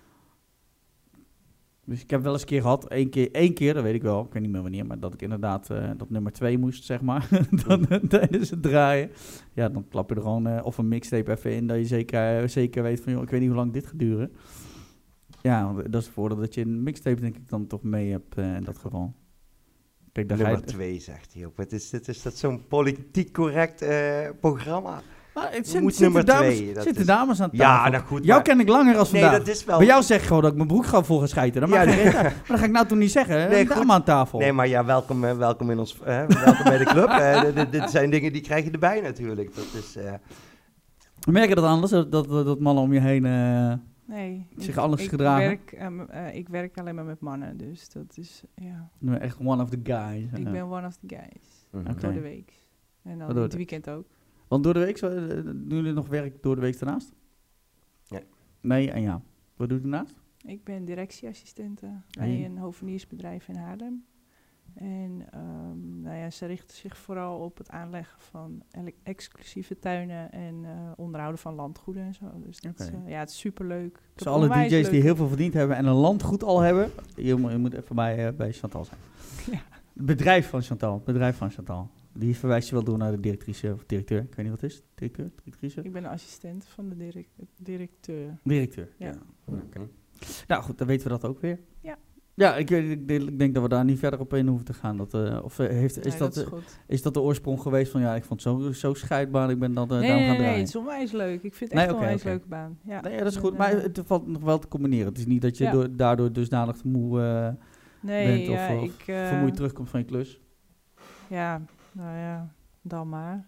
Dus ik heb wel eens een keer gehad, één keer, één keer, dat weet ik wel, ik weet niet meer wanneer, maar dat ik inderdaad uh, dat nummer twee moest, zeg maar, dan, uh, tijdens het draaien. Ja, dan klap je er gewoon uh, of een mixtape even in, dat je zeker, uh, zeker weet van, joh, ik weet niet hoe lang dit gaat duren. Ja, dat is het voordeel dat je een mixtape, denk ik, dan toch mee hebt uh, in dat geval. Kijk, daar nummer ga je, twee, zegt hij ook. Wat is dit? Is dat zo'n politiek correct uh, programma? Maar het zit, zit de dames, twee, zitten is... dames aan tafel. Ja, nou goed. Jou maar... ken ik langer als vandaag. Nee, dat is wel... Bij jou zeg ik gewoon dat ik mijn broek ga vol ga schijten. Dan, ja, nee. Maar dan ga ik nou toch niet zeggen. Nee, een dame aan tafel. Nee, maar ja, welkom, uh, welkom in ons, uh, welkom bij de club. Uh, dit, dit zijn dingen die krijg je erbij natuurlijk. Dat is... Uh... Merk je dat anders, dat, dat, dat mannen om je heen... Uh... Nee, zich ik, anders ik gedragen? Werk, um, uh, ik werk alleen maar met mannen, dus dat is, ja. No, echt one of the guys. Ik uh. ben one of the guys. Mm-hmm. Okay. Door de week. En dan door het weekend ook. Want door de week, zo, uh, doen jullie nog werk door de week daarnaast? Nee. Nee, en ja. Wat doe je daarnaast? Ik ben directieassistente bij een hoveniersbedrijf in Haarlem. En um, nou ja, ze richten zich vooral op het aanleggen van ele- exclusieve tuinen en uh, onderhouden van landgoeden en zo. Dus dat Oké. is, uh, ja, het is superleuk. Dus alle D J's die heel veel verdiend hebben en een landgoed al hebben, je, moet- je moet even bij, uh, bij Chantal zijn. Ja. Het bedrijf van Chantal, het bedrijf van Chantal. Die verwijst je wel door naar de directrice of directeur. Ik weet niet wat het is. Directeur, directrice? Ik ben de assistent van de direct- directeur. Directeur. Ja. Oké. Nou goed, dan weten we dat ook weer. Ja. Ja, ik, weet- ik, denk- ik denk dat we daar niet verder op in hoeven te gaan. Dat, uh, of uh, heeft, is, Nee, dat, is uh, goed. is dat de oorsprong geweest van ja, ik vond het zo, zo scheidbaar, ik ben dan uh, Nee, daarom nee, gaan nee, draaien. het is onwijs leuk. Ik vind het Nee, echt oké, een onwijs oké. leuke baan. Ja. Nee, ja, dat is En, goed, maar uh, het valt nog wel te combineren. Het is niet dat je Ja. door, daardoor dusdanig moe uh, nee, bent of, ja, of ik, uh, vermoeid terugkomt van je klus. Ja, nou ja, dan maar.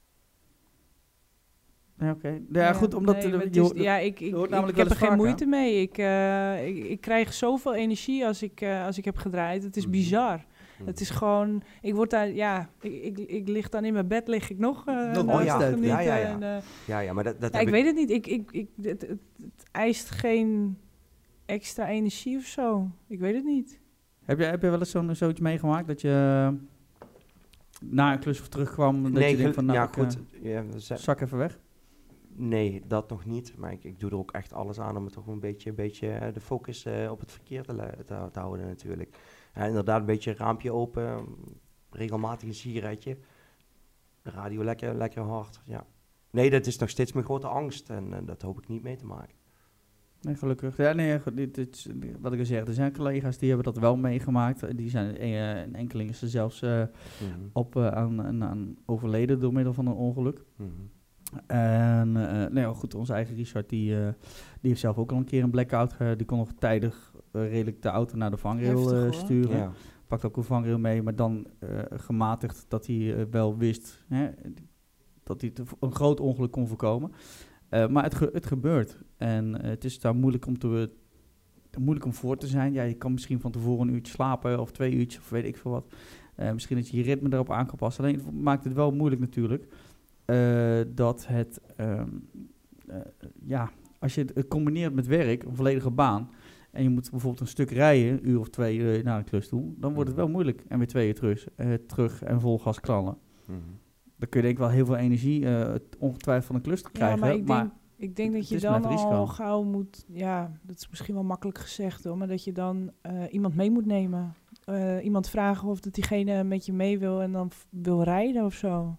Ja, oké. Okay. Ja, goed, omdat nee, uh, maar je, het is- hoort- ja, ik, ik, hoort ik, namelijk ik heb wel er eens geen vaker. moeite mee. Ik, uh, ik, ik krijg zoveel energie als ik, uh, als ik heb gedraaid. Het is Mhm. bizar. Mhm. Het is gewoon, ik word daar, ja, ik, ik, ik lig dan in mijn bed, lig ik nog, uh, Nog naar oh, ja. te Ja, genieten. ja, ja. En, uh, Ja, ja, maar dat, dat ja, heb ik weet het niet. Ik, ik, ik, het, het, het eist geen extra energie of zo. Ik weet het niet. heb, je, heb je wel eens zo'n, zoiets meegemaakt dat je uh, na een klus of terugkwam dat Nee, je denkt gel- van nou, ja, ik, goed. uh, Ja, we zijn- zak even weg? Nee, dat nog niet. Maar ik, ik doe er ook echt alles aan om het toch een beetje, een beetje uh, de focus uh, op het verkeer te, le- te, te houden natuurlijk. Ja, inderdaad, een beetje raampje open, um, regelmatig een sigaretje. De radio lekker, lekker hard, ja. Nee, dat is nog steeds mijn grote angst en uh, dat hoop ik niet mee te maken. Nee, gelukkig. Ja, nee, goed, dit, dit, is- wat ik al zeg, er zijn collega's die hebben dat wel meegemaakt. Die zijn, uh, een enkeling is er zelfs uh, Mm-hmm. op, uh, aan, aan, aan overleden door middel van een ongeluk. Mm-hmm. En uh, nou ja, goed, onze eigen Richard, die, uh, die heeft zelf ook al een keer een blackout. Uh, die kon nog tijdig uh, redelijk de auto naar de vangrail Heftig, uh, hoor. sturen. Ja. Pakt ook een vangrail mee, maar dan uh, gematigd dat hij uh, wel wist hè, dat hij te, een groot ongeluk kon voorkomen. Uh, maar het, ge- het gebeurt. En uh, het is daar moeilijk om, te, uh, moeilijk om voor te zijn. Ja, je kan misschien van tevoren een uurtje slapen of twee uurtjes of weet ik veel wat. Uh, misschien dat je je ritme erop aan kan passen. Alleen het maakt het wel moeilijk natuurlijk. Uh, dat het, um, uh, ja, als je het, het combineert met werk, een volledige baan, en je moet bijvoorbeeld een stuk rijden, een uur of twee uh, naar een klus toe, dan wordt het wel moeilijk. En weer twee uur terug, uh, terug en vol gas knallen. Mm-hmm. Dan kun je denk ik wel heel veel energie, uh, ongetwijfeld van een klus te krijgen. Ja, maar ik maar denk, ik denk het dat je is dan met risico. al gauw moet, ja, dat is misschien wel makkelijk gezegd hoor, maar dat je dan uh, iemand mee moet nemen. Uh, iemand vragen of dat diegene met je mee wil en dan f- wil rijden of zo.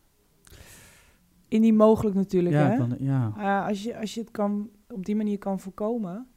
Indien mogelijk natuurlijk, ja, hè? dan, ja. Uh, als, je, als je het kan, op die manier kan voorkomen.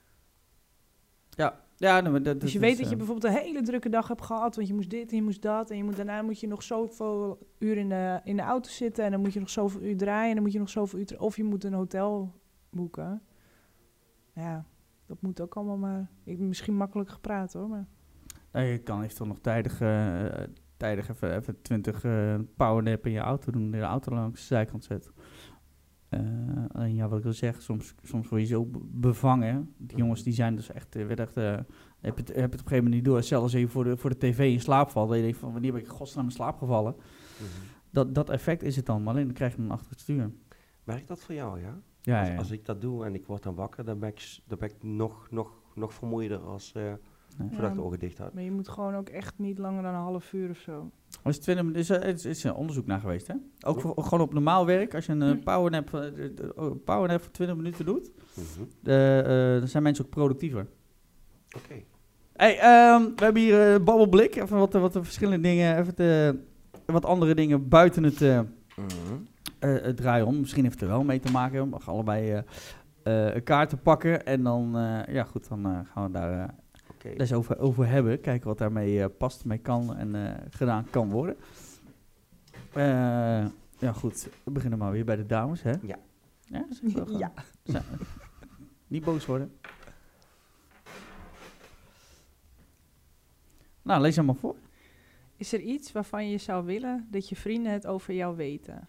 Ja. Ja, nee, maar dat, Dus je dat weet is, dat je uh, bijvoorbeeld een hele drukke dag hebt gehad, want je moest dit en je moest dat. En je moet, daarna moet je nog zoveel uur in de, in de auto zitten en dan moet je nog zoveel uur draaien en dan moet je nog zoveel uur... Tra- of je moet een hotel boeken. Ja, dat moet ook allemaal maar... Ik ben misschien makkelijk gepraat hoor, maar... nee, je kan eventueel nog tijdig, uh, tijdig even, even twintig uh, powernap in je auto doen, de auto langs de zijkant zetten. Uh, en ja, wat ik wil zeggen, soms, soms word je zo be- bevangen. Die jongens die zijn dus echt, uh, echt uh, heb, het, heb het op een gegeven moment niet door. Zelfs als je voor de, voor de tv in slaap valt, dan je denkt van wanneer ben ik in godsnaam in slaap gevallen. Mm-hmm. Dat, dat effect is het dan, maar alleen dan krijg je een achter het stuur. Werkt dat voor jou, ja? Ja, als, ja. als ik dat doe en ik word dan wakker, dan ben ik, s- dan ben ik nog, nog, nog vermoeider als uh, Nee. voordat ik de Ja, ogen dicht had. maar je moet gewoon ook echt niet langer dan een half uur of zo. Er is, twintig, is, er is, is er onderzoek naar geweest, hè? Ook voor, gewoon op normaal werk, als je een uh, powernap, uh, uh, powernap voor twintig minuten doet, Mm-hmm. uh, uh, dan zijn mensen ook productiever. Oké. Okay. Hey, um, we hebben hier uh, babbelblik, even wat, wat de verschillende dingen, even de, wat andere dingen buiten het, uh, Mm-hmm. uh, het draaien om. Misschien heeft het er wel mee te maken, we mogen allebei uh, uh, kaarten pakken en dan, uh, ja goed, dan uh, gaan we daar... Uh, Okay. daar eens over, over hebben. Kijken wat daarmee uh, past, mee kan en uh, gedaan kan worden. Uh, ja goed, we beginnen maar weer bij de dames, hè? Ja. Ja, dat is wel gewoon- Ja. Zijn- Niet boos worden. Nou, lees hem maar voor. Is er iets waarvan je zou willen dat je vrienden het over jou weten?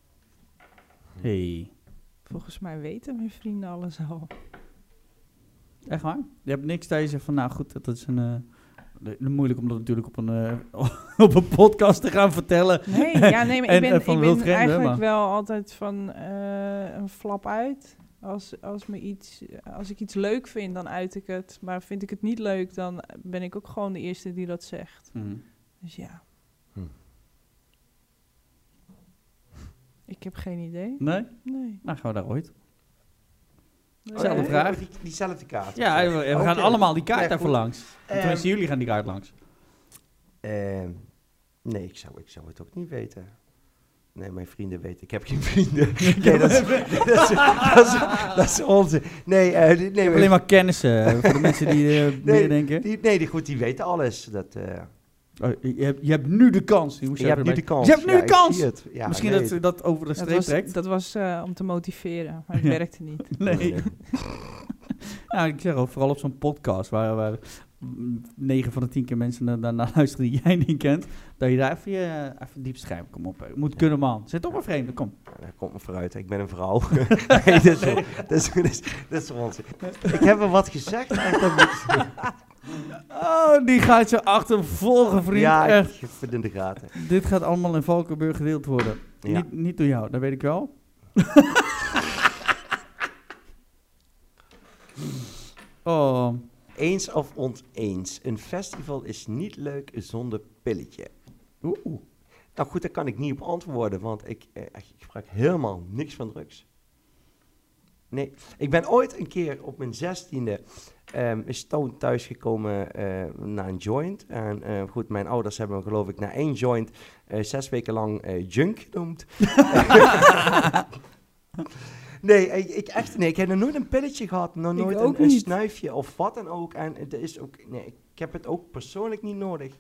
Hey. Volgens mij weten mijn vrienden alles al. Echt waar? Je hebt niks dat je zegt van, nou goed, dat is een... Uh, de- de- moeilijk om dat natuurlijk op een, uh, op een podcast te gaan vertellen. Nee, ja, nee maar En, ik ben, uh, van ik wild ben vreemden, eigenlijk maar- wel altijd van uh, een flap uit. Als, als, me iets, als ik iets leuk vind, dan uit ik het. Maar vind ik het niet leuk, dan ben ik ook gewoon de eerste die dat zegt. Mm. Dus ja. Hm. Ik heb geen idee. Nee? Nee. Nou, gaan we daar ooit. Nee. Zelfde Oh, vraag. Die, diezelfde kaart. Ja, we, we gaan Oké. allemaal die kaart Ja, even goed. langs. Ehm, Tenminste, jullie gaan die kaart langs. Ehm, nee, ik zou, ik zou het ook niet weten. Nee, mijn vrienden weten. Ik heb geen vrienden. Nee, dat is, dat is, dat is, dat is onzin. Nee, uh, die, nee, Alleen maar kennissen, uh, voor de mensen die uh, meer denken. Die, nee, die, goed, die weten alles. Dat, uh, Oh, je, hebt, je hebt nu de kans. Je, je hebt nu de kans. Je hebt nu Ja, de ik kans! zie het. Ja, Misschien nee, dat dat over de Dat streep was, trekt. dat was uh, om te motiveren, maar het Ja. werkte niet. Nee. Nou, ik zeg ook, vooral op zo'n podcast waar, waar negen van de tien keer mensen naar, naar, naar luisteren die jij niet kent, dat je daar even, uh, even diep schrijven. Kom op, uh, moet Ja. kunnen man. Zit toch maar vreemd, kom. Daar komt me vooruit. Ik ben een vrouw. Nee, dat is wel- dat is- dat is- dat is onzin. Ik heb er wat gezegd. Echt, dat moet- Oh, die gaat je achtervolgen, vriend. ja, Echt. ik heb het in de gaten. Dit gaat allemaal in Valkenburg gedeeld worden. Ja. Niet, niet door jou, dat weet ik wel. Oh, Eens of oneens. Een festival is niet leuk zonder pilletje. oeh. Nou goed, daar kan ik niet op antwoorden, want ik, eh, ik gebruik helemaal niks van drugs. Nee, ik ben ooit een keer op mijn zestiende um, stoned thuisgekomen uh, na een joint. En uh, goed, mijn ouders hebben me geloof ik na één joint uh, zes weken lang uh, junk genoemd. Nee, ik, ik echt, nee, ik heb nog nooit een pilletje gehad, nog Ik nooit ook een, een niet. snuifje of wat dan ook. En het is ook, nee, ik heb het ook persoonlijk niet nodig.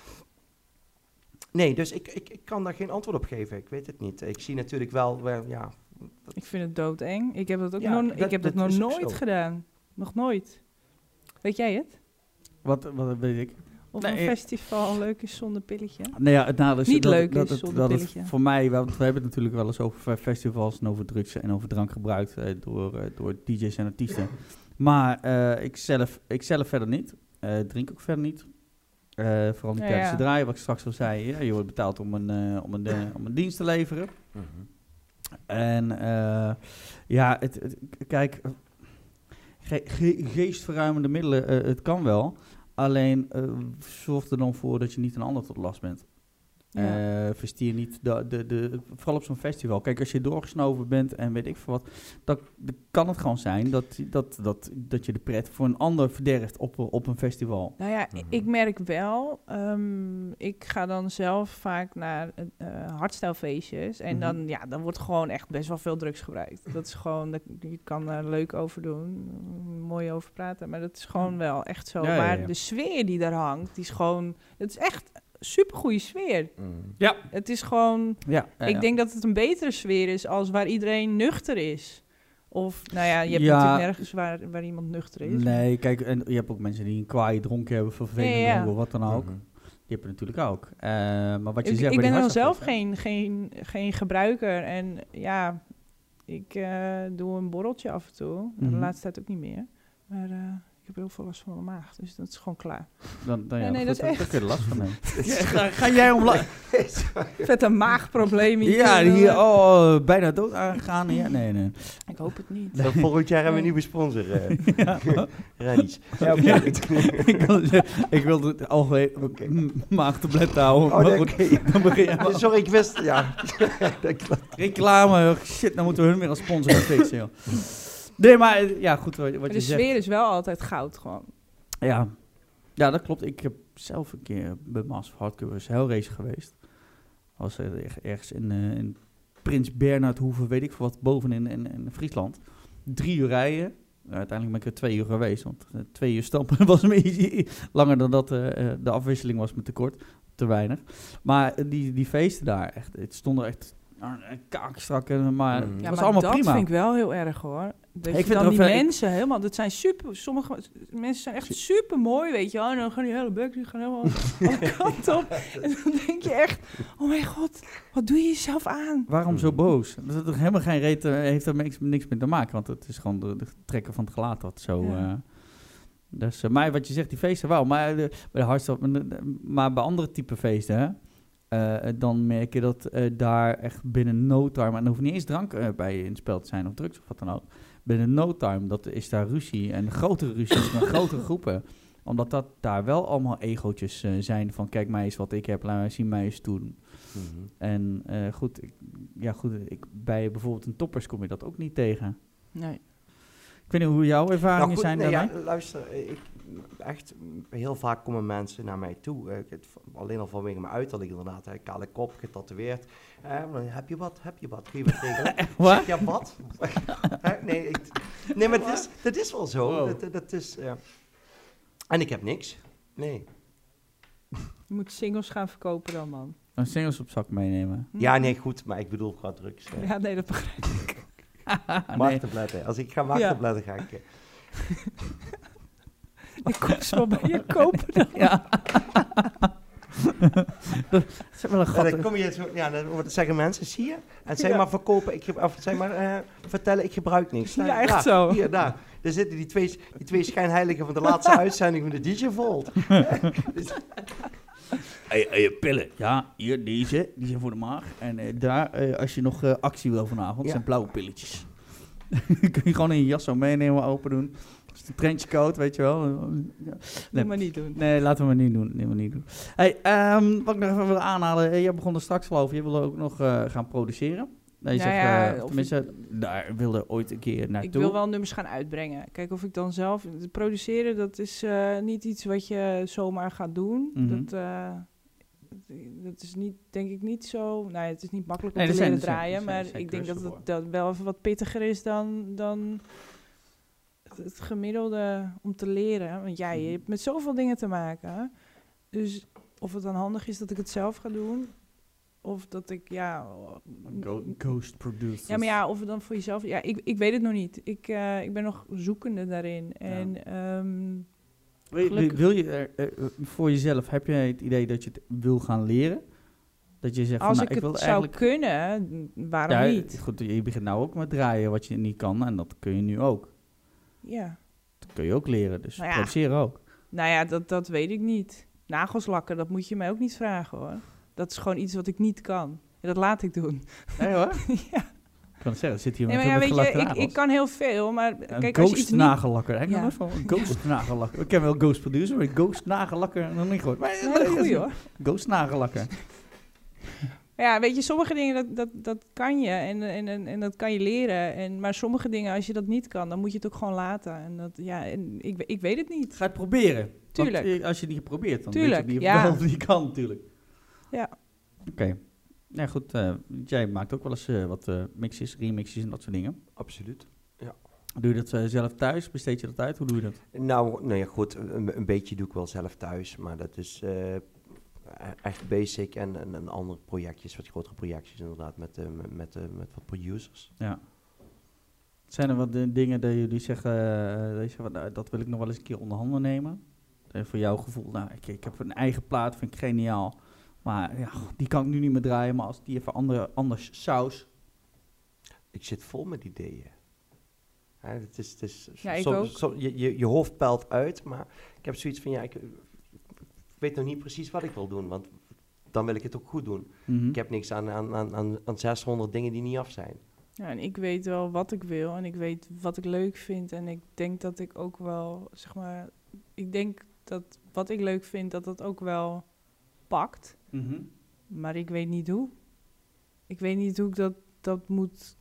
Nee, dus ik, ik, ik kan daar geen antwoord op geven. Ik weet het niet. Ik zie natuurlijk wel, wel ja. Ik vind het doodeng. Ik heb dat ook Ja, nog, dat- ik heb dat dat nog is ook nooit zo. gedaan. Nog nooit. Weet jij het? Wat, wat weet ik? Of Nee, een ik- festival leuk is zonder pilletje? Nou ja, het nadeel is Niet dat, leuk dat, is het- zonder dat het pilletje. voor mij, want we hebben het natuurlijk wel eens over festivals en over drugs en over drankgebruik eh, door, eh, door D J's en artiesten. Maar eh, ik, zelf, ik zelf verder niet. Eh, drink ook verder niet. Eh, vooral niet Ja, tijdens ja. de draaien, wat ik straks al zei. Ja, je wordt betaald om een, eh, om, een, eh, om een dienst te leveren. En eh, ja, het, het- k- kijk, eh, ge- ge- geestverruimende middelen, eh, het kan wel. Alleen eh, zorg er dan voor dat je niet een ander tot last bent. Ja. Eh, verstier niet, de, de, de, vooral op zo'n festival. Kijk, als je doorgesnoven bent en weet ik veel wat, dan, dan kan het gewoon zijn dat, dat, dat, dat je de pret voor een ander verderft op, op een festival. Nou ja, Mhm. ik merk wel, ehm, ik ga dan zelf vaak naar uh, hardstylefeestjes en Mhm. dan, ja, dan wordt gewoon echt best wel veel drugs gebruikt. Dat is gewoon, dat, je kan er leuk over doen, mm, mooi over praten, maar dat is gewoon wel echt zo. Ja, ja, maar ja. de sfeer die daar hangt, die is gewoon, het is echt super goede sfeer. Mm. Ja. Het is gewoon, Ja, ja, ik ja. denk dat het een betere sfeer is als waar iedereen nuchter is. Of, nou ja, je hebt Ja. natuurlijk nergens waar, waar iemand nuchter is. Nee, kijk, en je hebt ook mensen die een kwaai dronken hebben, vervelend Ja, ja. dronken, wat dan ook. Mhm. Die hebben natuurlijk ook. Eh, maar wat je Ik, zegt ik bij ben die dan zelf hartstikke- geen, geen, geen gebruiker. En ja, ik eh, doe een borreltje af en toe. Mhm. De laatste tijd ook niet meer. Maar eh, ik heb heel veel last van mijn maag. Dus dat is gewoon klaar. Dan, dan, ja, Nee, nee, goed, dat is dan echt. kun je er last van nemen. Ja, ga, ga jij om la- Vette maagprobleem hier. Ja, hier, oh, bijna dood aangegaan. Ja, nee, nee. Ik hoop het niet. Dan volgend jaar hebben we een nieuwe sponsor. Uh, Ja. Rennies. Ja, oké. Ja, ik, ik, wil, zeggen, ik wilde het algemeen Oké. m- maagtabletten houden. Oh, maar nee, goed, oké. dan begin je wel. Sorry, ik wist... Ja. Dat klopt. Reclame, shit, dan moeten we hun weer als sponsor gaan fixen, joh. Nee, maar eh, ja, goed, wat, wat Maar je de zegt. sfeer is wel altijd goud gewoon. Ja. ja, dat klopt. Ik heb zelf een keer bij Master of Hardcore Hellrace geweest. Was er erg- ergens in, eh, in Prins Bernhardhoeve, weet ik veel wat, bovenin in, in Friesland. Drie uur rijden. Uh, uiteindelijk ben ik er twee uur geweest, want uh, twee uur stappen was me iets langer dan dat uh, uh, de afwisseling was me te kort, te weinig. Maar uh, die, die feesten daar, echt, het stond er echt uh, kaakstrak, uh, maar Mm. het Ja, was maar allemaal dat prima. vind ik wel heel erg hoor. Dat Ik je vind dan het die ook wel- ik- mensen helemaal, dat zijn super, sommige mensen zijn echt super mooi, weet je wel. En dan gaan die hele bek, die gaan helemaal alle kanten op. En dan denk je echt, oh mijn god, wat doe je jezelf aan? Waarom zo boos? Dat is toch helemaal geen reet, uh, heeft er niks, niks mee te maken, want het is gewoon de, de trekken van het gelaat wat zo... Ja. Uh, dus, uh, maar wat je zegt, die feesten wel, maar, de, bij de hardstyle, maar bij andere type feesten, hè, Uh, dan merk je dat uh, daar echt binnen no time, en er hoeft niet eens drank uh, bij in het spel te zijn of drugs of wat dan ook. Binnen no time, dat is daar ruzie en grotere ruzies met grotere groepen. Omdat dat daar wel allemaal egootjes uh, zijn van kijk mij eens wat ik heb, laat mij zien mij eens doen. Mm-hmm. En uh, goed, ik, ja goed, ik, bij bijvoorbeeld een toppers kom je dat ook niet tegen. Nee. Ik weet niet hoe jouw ervaringen nou, goed, zijn nee, daarmee. Ja, luister, ik, echt, heel vaak komen mensen naar mij toe. Uh, het, alleen al vanwege mijn uiterlijk inderdaad. Hè, kale kop, getatoeëerd. Uh, heb je wat? Heb je wat? Kun je wat regelen? Wat? Zeg je wat? nee, ik, nee, maar dat is, dat is wel zo. Wow. Dat, dat is, uh, en ik heb niks. Nee. Je moet singles gaan verkopen dan, man. Een singles op zak meenemen. Hm? Ja, nee, goed. Maar ik bedoel qua drugs. Uh. Ja, nee, dat begrijp ik. Marktabletten. Als ik ga marktabletten, ja. ga ik... Uh, ik kom ze wel bij je kopen dan. Ja. Dat is wel een gat. Ja, dan kom je zo, ja, dan zeggen mensen, zie je? En zeg Ja. maar verkopen, ik, ge- of zeg maar uh, vertellen, ik gebruik niks. Ja, echt daar, zo. Hier, daar. Daar zitten die twee, die twee schijnheiligen van de laatste uitzending van de D J Volt. dus, Hey, hey, pillen. Ja, hier, deze. Die zijn voor de maag. En uh, daar, uh, als je nog uh, actie wil vanavond, Ja. zijn blauwe pilletjes. Kun je gewoon in je jas zo meenemen, open doen. Dat is een trenchcoat, weet je wel. Ja. Nee. Nee. maar niet doen. Nee, laten we maar niet doen. Nee, maar niet doen. Hey, um, wat ik nog even wil aanhalen. Uh, jij begon er straks al over. Je wilde ook nog uh, gaan produceren. Nee, je Nou zegt, ja, uh, of tenminste, ik... daar wilde ooit een keer naartoe. Ik wil wel nummers gaan uitbrengen. Kijk of ik dan zelf... Produceren, dat is uh, niet iets wat je zomaar gaat doen. Mm-hmm. Dat... Uh, dat is niet, denk ik niet zo... Nou, het is niet makkelijk om nee, te zijn, leren zijn, draaien. zijn, maar zijn ik denk dat het voor. dat wel even wat pittiger is dan, dan het, het gemiddelde om te leren. Want ja, je hebt met zoveel dingen te maken. Dus of het dan handig is dat ik het zelf ga doen... Of dat ik, ja... Go- ghost producers. Ja, maar ja, of het dan voor jezelf... Ja, ik, ik weet het nog niet. Ik, uh, ik ben nog zoekende daarin. En... Ja. Um, Wil, wil, wil je er, uh, voor jezelf, heb jij het idee dat je het wil gaan leren? Dat je zegt, als van, ik nou, ik het wil zou eigenlijk... kunnen, waarom ja, niet? Goed, je begint nou ook met draaien wat je niet kan en dat kun je nu ook. Ja. Dat kun je ook leren, dus Nou ja. produceren ook. Nou ja, dat, dat weet ik niet. Nagels lakken, dat moet je mij ook niet vragen, hoor. Dat is gewoon iets wat ik niet kan. En dat laat ik doen. Nee hoor. Ja. Ik kan het zeggen, zit hier Nee, met, maar ja, met weet je, gelakte ik, nagels. ik kan heel veel, maar Een kijk, als je ghost iets niet... nagellakker. Heb je Ja. nog eens van een ghost nagellakker? Ik ken wel ghost producer, maar ghost nagellakker nog niet gehoord. Maar, Een hele goeie, hoor. Ghost nagellakker. Ja, weet je, sommige dingen, dat, dat, dat kan je en, en, en, en dat kan je leren. En, maar sommige dingen, als je dat niet kan, dan moet je het ook gewoon laten. En dat, ja, en ik, ik weet het niet. Ga het proberen. Tuurlijk. Want, eh, als je het niet probeert, dan Tuurlijk, weet je niet ja. of je kan natuurlijk. Ja. Oké. Okay. Ja, goed. Uh, jij maakt ook wel eens uh, wat uh, mixes, remixes en dat soort dingen. absoluut. Ja. Doe je dat uh, zelf thuis? Besteed je dat uit? Hoe doe je dat? Nou, nou ja, goed, een, een beetje doe ik wel zelf thuis, maar dat is uh, echt basic en, en, en andere projectjes, wat grotere projectjes inderdaad, met, uh, met, met, uh, met wat producers. Ja. Zijn er wat uh, dingen dat jullie zeggen, uh, dat, je zegt, nou, dat wil ik nog wel eens een keer onder handen nemen? Uh, voor jouw gevoel, nou, ik, ik heb een eigen plaat, vind ik geniaal. Maar ja, die kan ik nu niet meer draaien, maar als die even andere, anders saus. Ik zit vol met ideeën. Ja, het is, het is, Ja, ik som, ook. som, je, je, je hoofd pelt uit, maar ik heb zoiets van, ja, ik, ik weet nog niet precies wat ik wil doen, want dan wil ik het ook goed doen. Mm-hmm. Ik heb niks aan, aan, aan, aan zeshonderd dingen die niet af zijn. Ja, en ik weet wel wat ik wil en ik weet wat ik leuk vind. En ik denk dat ik ook wel, zeg maar, ik denk dat wat ik leuk vind, dat dat ook wel pakt. Mm-hmm. Maar ik weet niet hoe. Ik weet niet hoe ik dat, dat moet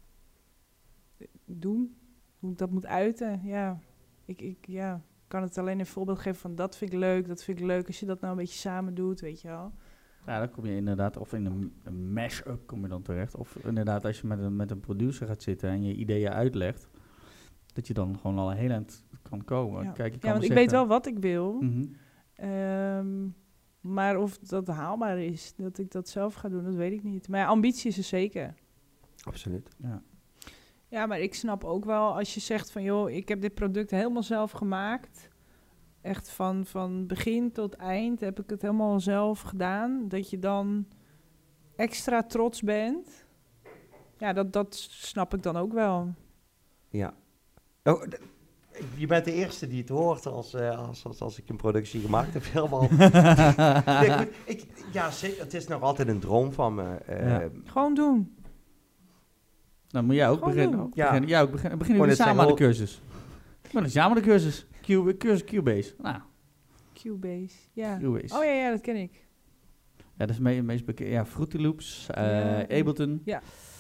doen. Hoe ik dat moet uiten. Ja, ik, ik ja, kan het alleen een voorbeeld geven van dat vind ik leuk, dat vind ik leuk. Als je dat nou een beetje samen doet, weet je wel. Ja, dan kom je inderdaad, of in een, een mash-up kom je dan terecht. Of inderdaad, als je met een, met een producer gaat zitten en je ideeën uitlegt, dat je dan gewoon al een heel eind kan komen. Ja, Kijk, je kan ja want ik zeggen, weet wel wat ik wil. Mm-hmm. Um, maar of dat haalbaar is, dat ik dat zelf ga doen, dat weet ik niet. Maar ja, ambitie is er zeker. Absoluut. Ja. Ja, maar ik snap ook wel als je zegt van, joh, ik heb dit product helemaal zelf gemaakt. Echt van, van begin tot eind heb ik het helemaal zelf gedaan. Dat je dan extra trots bent. Ja, dat, dat snap ik dan ook wel. Ja. Oh, d- Je bent de eerste die het hoort als, uh, als, als, als ik een productie gemaakt heb. Helemaal. nee, goed, ik, ja, het is nog altijd een droom van me. Uh, ja. Gewoon doen. Dan moet jij ook Gewoon beginnen. doen. Ja. Beginnen. Jij ook beginnen. Beginnen Oh, jullie dat samen aan zijn de cursus. Beginnen samen aan de cursus. Q, cursus Cubase. Nou, Cubase, ja. Cubase. Oh ja, ja, dat ken ik. Ja, dat is het meest bekend. Ja, Fruity Loops, uh, Ja. Ableton. Ja.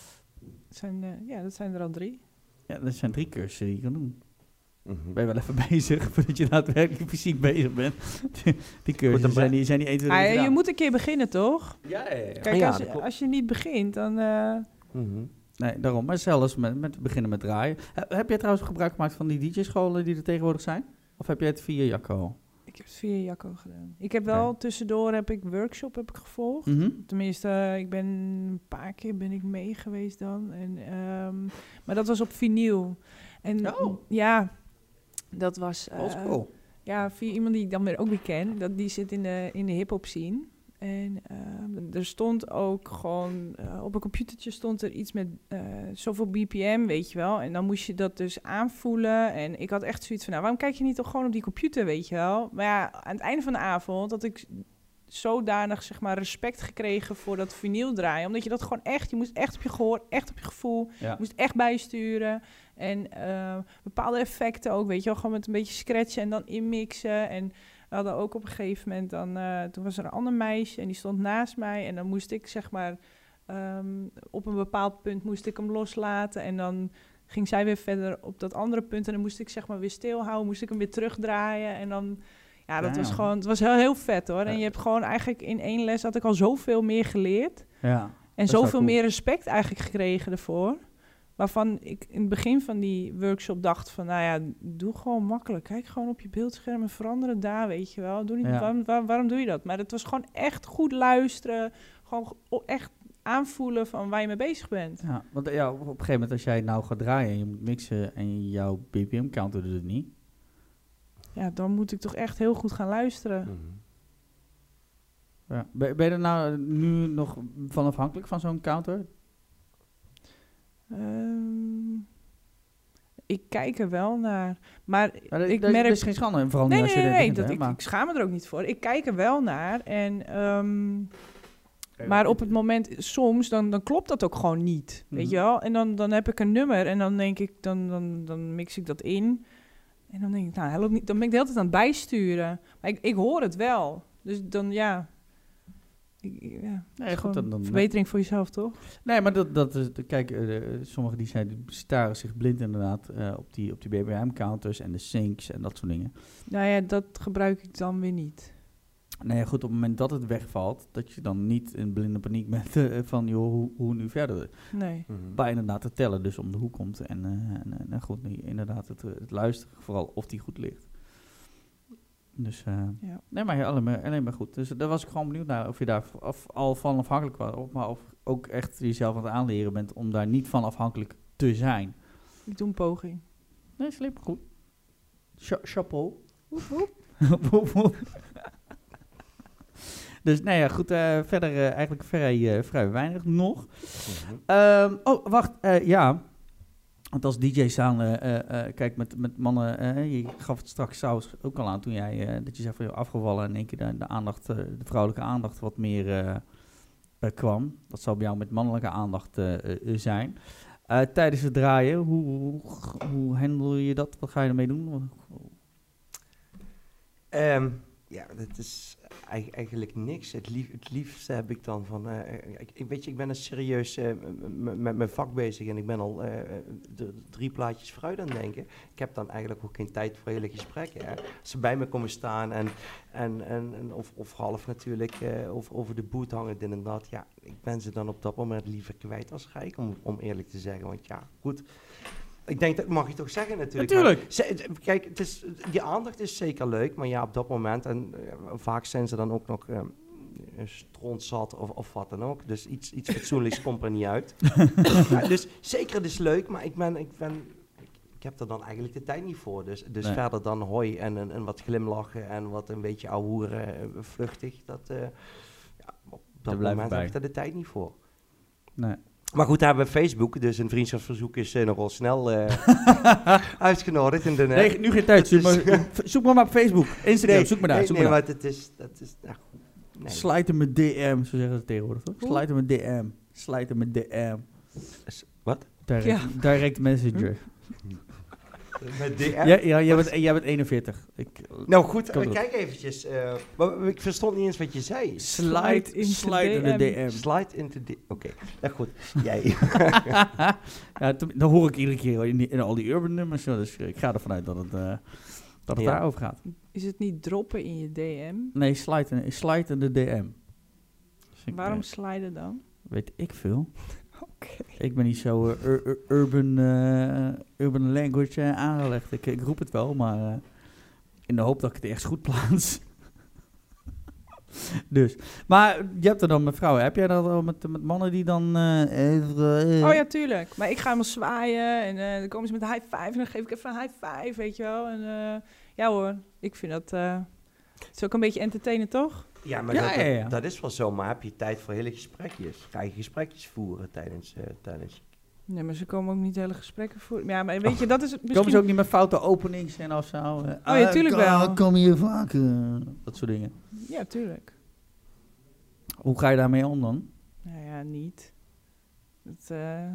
Dat zijn, uh, ja, dat zijn er al drie. Ja, dat zijn drie cursussen die je kan doen. Mm-hmm. Ben je wel even bezig voordat je daadwerkelijk fysiek bezig bent. die, die cursussen zijn niet, zijn niet één, twee, drie Ah, ja, je gedaan. moet een keer beginnen, toch? Ja, ja, ja. Kijk, Ja, als, dat je, klopt. als je niet begint, dan... Uh, Mm-hmm. Nee, daarom. Maar zelfs met, met beginnen met draaien. He, heb jij trouwens gebruik gemaakt van die D J-scholen die er tegenwoordig zijn? Of heb jij het via Jacco? ik heb het via Jacco gedaan. Ik heb wel Oké. tussendoor heb ik workshop heb ik gevolgd. Mm-hmm. Tenminste, uh, ik ben een paar keer ben ik mee geweest dan. En, um, maar dat was op vinyl. En Oh. ja, dat was... Uh, Oldschool. ja, via iemand die ik dan weer ook weer ken. Dat, die zit in de, in de hip-hop scene. En uh, er stond ook gewoon... Uh, op een computertje stond er iets met uh, zoveel B P M, weet je wel. En dan moest je dat dus aanvoelen. En ik had echt zoiets van... Nou, waarom kijk je niet toch gewoon op die computer, weet je wel? Maar ja, aan het einde van de avond had ik zodanig, zeg maar, respect gekregen voor dat vinyl draaien. Omdat je dat gewoon echt... Je moest echt op je gehoor, echt op je gevoel. Ja. Je moest echt bijsturen. En uh, bepaalde effecten ook, weet je wel. Gewoon met een beetje scratchen en dan inmixen. En we hadden ook op een gegeven moment dan... Uh, toen was er een ander meisje en die stond naast mij. En dan moest ik, zeg maar... Um, op een bepaald punt moest ik hem loslaten. En dan ging zij weer verder op dat andere punt. En dan moest ik, zeg maar, weer stilhouden. Moest ik hem weer terugdraaien. En dan... Ja, dat Ja. was gewoon... Het was heel, heel vet, hoor. En je hebt gewoon eigenlijk... In één les had ik al zoveel meer geleerd. Ja. En is wel zoveel cool. meer respect eigenlijk gekregen ervoor. Waarvan ik in het begin van die workshop dacht van... Nou ja, doe gewoon makkelijk. Kijk gewoon op je beeldscherm en verander het daar, weet je wel. Doe niet, Ja. waarom, waar, waarom doe je dat? Maar het was gewoon echt goed luisteren. Gewoon echt aanvoelen van waar je mee bezig bent. Ja, want ja, op een gegeven moment als jij nou gaat draaien en je moet mixen en jouw B P M-counter doet het niet. Ja, dan moet ik toch echt heel goed gaan luisteren. Mm-hmm. Ja. Ben, ben je er nou nu nog van afhankelijk van zo'n counter? Um, ik kijk er wel naar. Maar Ja, dat, ik dat, merk... dat is geen schande, vooral Nee, niet nee, als nee, je nee, er dat begint, ik, hè, ik schaam me er ook niet voor. Ik kijk er wel naar. En, um, maar op het moment, soms, dan, dan klopt dat ook gewoon niet. Mhm. Weet je wel? En dan, dan heb ik een nummer en dan denk ik, dan, dan, dan mix ik dat in. En dan denk ik, nou, helpt niet. Dan ben ik de hele tijd aan het bijsturen. Maar ik, ik hoor het wel. Dus dan, ja... Ik, ja, Nee, is goed, gewoon dan- dan- verbetering voor jezelf, toch? Nee, maar dat, dat is, de- kijk, uh, sommigen die zijn, die staren zich blind inderdaad uh, op die, op die B P M-counters en de syncs en dat soort dingen. Nou ja, dat gebruik ik dan weer niet. Nee, goed, op het moment dat het wegvalt, dat je dan niet in blinde paniek bent uh, van, joh, hoe, hoe nu verder? Nee. Mm-hmm. Bij inderdaad te tellen, dus om de hoek komt en, uh, en, en goed, nu inderdaad het, het luisteren, vooral of die goed ligt. Dus, uh, Ja. nee, maar alleen, maar alleen maar goed. Dus daar was ik gewoon benieuwd naar of je daar af, al van afhankelijk was, of, maar of ook echt jezelf aan het aanleren bent om daar niet van afhankelijk te zijn. Ik doe een poging. Nee, slim, goed. Cha- chapeau. Woep, woep. Woep, woep. Dus, nou ja, goed, uh, verder uh, eigenlijk vrij, uh, vrij weinig nog. Mm-hmm. Um, oh, wacht, uh, ja. Want als D J staan, uh, uh, uh, kijk, met, met mannen, uh, je gaf het straks zelfs ook al aan toen jij, uh, dat je zegt van, joh, afgevallen en in één keer de, de aandacht, uh, de vrouwelijke aandacht wat meer uh, uh, kwam. Dat zou bij jou met mannelijke aandacht uh, uh, zijn. Uh, tijdens het draaien, hoe, hoe, hoe handel je dat? Wat ga je ermee doen? Um, ja, dat is eigenlijk, eigenlijk niks. Het, lief, het liefste heb ik dan van... Uh, ik, ik, weet je, ik ben een serieus uh, m- met mijn vak bezig en ik ben al uh, d- drie plaatjes vooruit aan het denken. Ik heb dan eigenlijk ook geen tijd voor hele gesprekken. Hè. Als ze bij me komen staan en, en, en, en of, of half natuurlijk uh, over, over de boot hangen, dit en dat. Ja, ik ben ze dan op dat moment liever kwijt als rijk, om, om eerlijk te zeggen. Want ja, goed... Ik denk, dat mag je toch zeggen natuurlijk. Natuurlijk. Maar, ze, kijk, het is, die aandacht is zeker leuk, maar ja, op dat moment, en uh, vaak zijn ze dan ook nog uh, strontzat of, of wat dan ook. Dus iets, iets fatsoenlijks komt er niet uit. Ja, dus zeker, het is leuk, maar ik ben, ik ben, ik, ik heb er dan eigenlijk de tijd niet voor. Dus, dus Nee. verder dan hoi en, en, en wat glimlachen en wat een beetje ouwehoeren, uh, vluchtig. Dat, uh, ja, op dat blijft moment bij. heb ik er de tijd niet voor. Nee. Maar goed, daar hebben we Facebook, dus een vriendschapsverzoek is uh, nogal snel uh, uitgenodigd. In de, uh, nee, nu geen tijd. Zoek maar, zoek maar, maar op Facebook, Instagram, nee, zoek maar daar. Nee, zoek nee maar maar het is... Dat is nou, nee. Slijt hem met D M, zo zeggen ze tegenwoordig, toch? Slijt hem met D M. Slijt hem met D M. Wat? Direct, Ja. direct Messenger. Met D M? Ja, ja jij, bent, jij bent eenenveertig. Ik, nou goed, uh, kijk eventjes. Uh, maar, ik verstond niet eens wat je zei. Slide, slide in de D M. Slide into D M. Oké, okay. Nou goed. Jij. Ja, dan hoor ik iedere keer in, die, in al die urban nummers. Dus ik ga ervan uit dat het, uh, dat het ja. daarover gaat. Is het niet droppen in je D M? Nee, slide in, slide in de D M. Dus ik, Waarom uh, sliden dan? Weet ik veel. Okay. Ik ben niet zo uh, ur- urban, uh, urban language uh, aangelegd. Ik, ik roep het wel, maar uh, in de hoop dat ik het ergens goed plaats. Dus, maar je hebt er dan met vrouwen. Heb jij dat al met, met mannen die dan... Uh, even, uh, oh ja, tuurlijk. Maar ik ga helemaal zwaaien en uh, dan komen ze met een high five en dan geef ik even een high five, weet je wel. En uh, ja hoor, ik vind dat... Uh, het is ook een beetje entertainen, toch? Ja, maar ja, dat, ja, ja. Dat, dat is wel zo. Maar heb je tijd voor hele gesprekjes? Ga je gesprekjes voeren tijdens... Uh, tijdens... Nee, maar ze komen ook niet hele gesprekken voeren. Ja, maar weet je, dat is misschien... Komen ze ook niet met foute openings en of zo? Uh, oh ja, tuurlijk uh, wel. Kom je vaker? Uh, dat soort dingen. Ja, tuurlijk. Hoe ga je daarmee om dan? Nou ja, niet. Het, uh,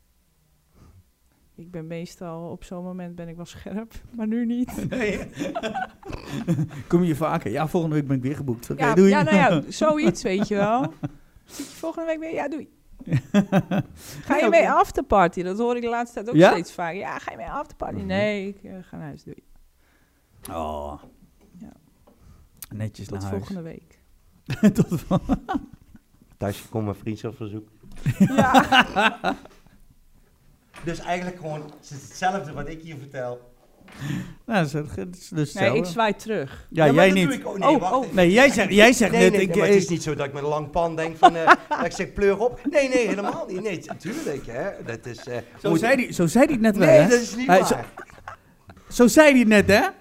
ik ben meestal, op zo'n moment ben ik wel scherp, maar nu niet. Nee. Kom je vaker? Ja, volgende week ben ik weer geboekt. Okay, ja, doei. Ja, nou ja, zoiets, weet je wel. Zit je volgende week weer? Ja, doei. Ga je mee afterparty? Dat hoor ik de laatste tijd ook ja? steeds vaak. Ja, ga je mee afterparty? Mm-hmm. Nee, ik uh, ga naar huis, doei. Oh. Ja. Netjes Tot naar huis. volgende week. Tot thuis gekomen vriendschapsverzoek. Ja. Dus eigenlijk gewoon hetzelfde wat ik hier vertel. Nou, dat is, dat is dus nee, ik zwaai terug. Ja, ja jij dat niet. Doe ik ook. Nee, oh, wacht, oh. nee, jij zegt, jij zegt nee, net... Nee, ik, nee, maar het is niet zo dat ik met een lang pan denk van... Uh, dat ik zeg, pleur op. Nee, nee, helemaal niet. Nee, natuurlijk, hè. Dat is... Uh, zo, zei die, zo zei hij het net wel, nee, hè? Nee, dat is niet hij, waar. Zo, zo zei hij het net, hè?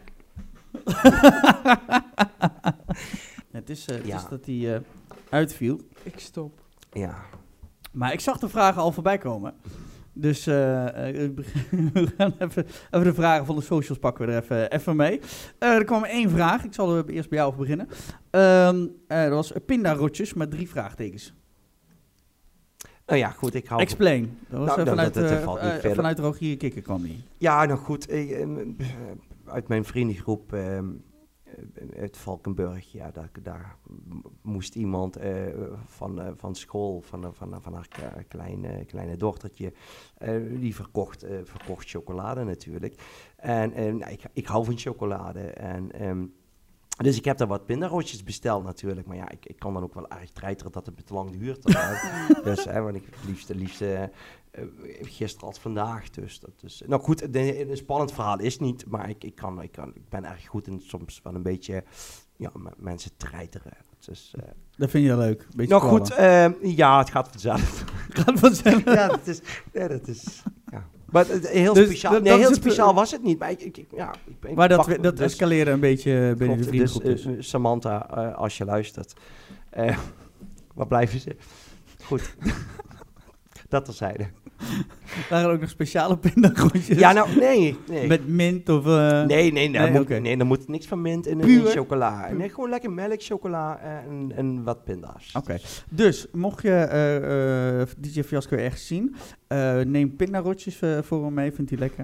Het is, uh, het ja. is dat hij uh, uitviel. Ik stop. Ja. Maar ik zag de vragen al voorbij komen. Dus uh, uh, we gaan even, even de vragen van de socials pakken we er even, even mee. Uh, er kwam één vraag. Ik zal er eerst bij jou over beginnen. Um, uh, dat was pindarotjes met drie vraagtekens. Nou ja, goed, ik hou... Explain. Dat was nou, uh, vanuit, dat, dat, dat uh, uh, vanuit Rogier Kikker kwam die. Ja, nou goed. Uh, uh, uit mijn vriendengroep... Uh, uit Valkenburg, ja, daar, daar moest iemand uh, van, uh, van school, van, uh, van, uh, van haar kleine, kleine dochtertje, uh, die verkocht, uh, verkocht chocolade natuurlijk. En uh, nou, ik, ik hou van chocolade. En, um, dus ik heb daar wat pindarotjes besteld natuurlijk. Maar ja, ik, ik kan dan ook wel erg treiteren dat het me te lang duurt. Dus, hè, want ik het liefst, liefst uh, Uh, gisteren als vandaag, dus dat is... Nou goed, een spannend verhaal is niet, maar ik, ik, kan, ik, kan, ik ben erg goed in soms wel een beetje, ja, m- mensen treiteren. Dus, uh, dat vind je leuk? Beetje nou goed, uh, ja, het gaat vanzelf. Het gaat vanzelf? Ja, dat is... Ja, dat is ja. Maar uh, heel dus speciaal, dat, nee, dat heel speciaal was het niet, maar ik... ik, ja, ik, ik maar dat, wacht, dat dus, escaleerde een beetje binnen klopt, de vriendengroep. Dus, uh, Samantha, uh, als je luistert, uh, waar blijven ze? Goed. Dat terzijde. Waren er ook nog speciale pindarotjes? Ja, nou, nee. nee. Met mint of... Uh... Nee, nee, nee, nee, moet, okay. nee, er moet niks van mint in een chocola. Nee, gewoon lekker melk, chocola en, en wat pinda's. Oké, okay. Dus mocht je uh, uh, D J Fiasco ergens zien, uh, neem pindarotjes uh, voor hem mee, vindt hij lekker.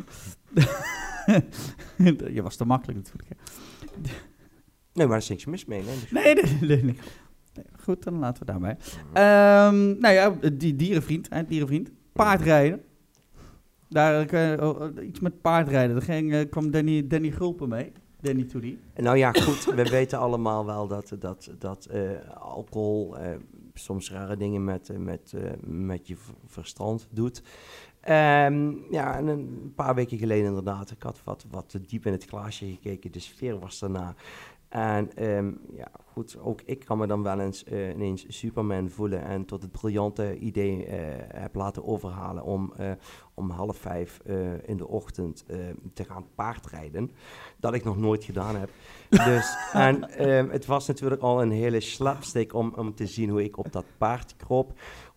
Je was te makkelijk natuurlijk. Hè. Nee, maar er is niks mis mee. Nee, dus nee, nee, nee, nee. Nee, goed, dan laten we daarbij. Um, nou ja, die dierenvriend, hè, dierenvriend. Paardrijden. Daar uh, uh, iets met paardrijden. Daar ging, uh, kwam Danny, Danny Gulpen mee. Danny Toody. Nou ja, goed. We weten allemaal wel dat, dat, dat uh, alcohol uh, soms rare dingen met, uh, met, uh, met je verstand doet. Um, ja, en een paar weken geleden inderdaad. Ik had wat, wat diep in het glaasje gekeken. De sfeer was daarna. En um, ja, goed, ook ik kan me dan wel eens uh, ineens Superman voelen en tot het briljante idee uh, heb laten overhalen om uh, om half vijf uh, in de ochtend uh, te gaan paardrijden. Dat ik nog nooit gedaan heb. Dus, en um, het was natuurlijk al een hele slapstick om, om te zien hoe ik op dat paard kroop.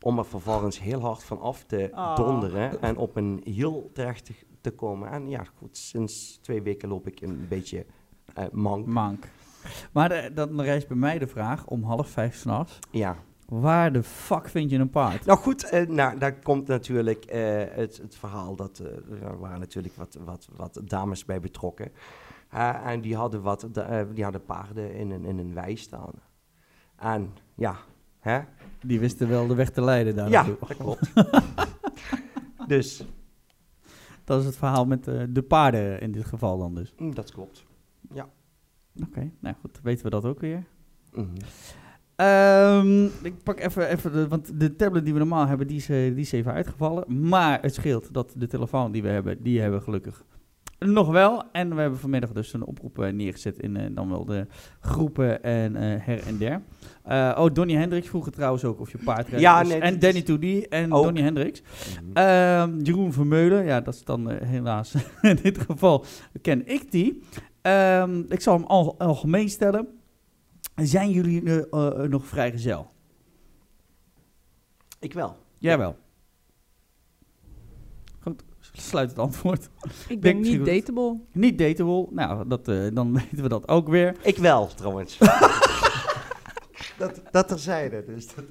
om er vervolgens heel hard van af te Oh. donderen en op een hiel terecht te, te komen. En ja, goed, sinds twee weken loop ik een beetje uh, mank. Mank. Maar de, dan rijst bij mij de vraag om half vijf 's nachts. Ja. Waar de fuck vind je een paard? Nou goed, uh, nou, daar komt natuurlijk uh, het, het verhaal dat uh, er waren natuurlijk wat, wat, wat dames bij betrokken. Uh, en die hadden, wat, uh, die hadden paarden in een, in een wei staan. En ja, hè? Die wisten wel de weg te leiden daar Ja, naartoe. dat klopt. Dus. Dat is het verhaal met uh, de paarden in dit geval dan dus. Mm, dat klopt. Ja. Oké, okay, nou goed, weten we dat ook weer. Mm-hmm. Um, ik pak even, even de, want de tablet die we normaal hebben, die is, uh, die is even uitgevallen. Maar het scheelt dat de telefoon die we hebben, die hebben we gelukkig nog wel. En we hebben vanmiddag dus een oproep uh, neergezet in uh, dan wel de groepen en uh, her en der. Uh, oh, Donnie Hendricks vroeg het trouwens ook of je paardrijdt. Ja, dus, nee, en Danny Toody en ook. Donnie Hendricks. Mm-hmm. Uh, Jeroen Vermeulen, ja, dat is dan uh, helaas in dit geval ken ik die. Um, ik zal hem al, algemeen stellen. Zijn jullie uh, uh, nog vrijgezel? Ik wel. Jij wel. Goed, sluit het antwoord. Ik ben Denk niet misschien dateable. Niet dateable. Nou, dat, uh, dan weten we dat ook weer. Ik wel, trouwens. dat, dat terzijde. Dus dat...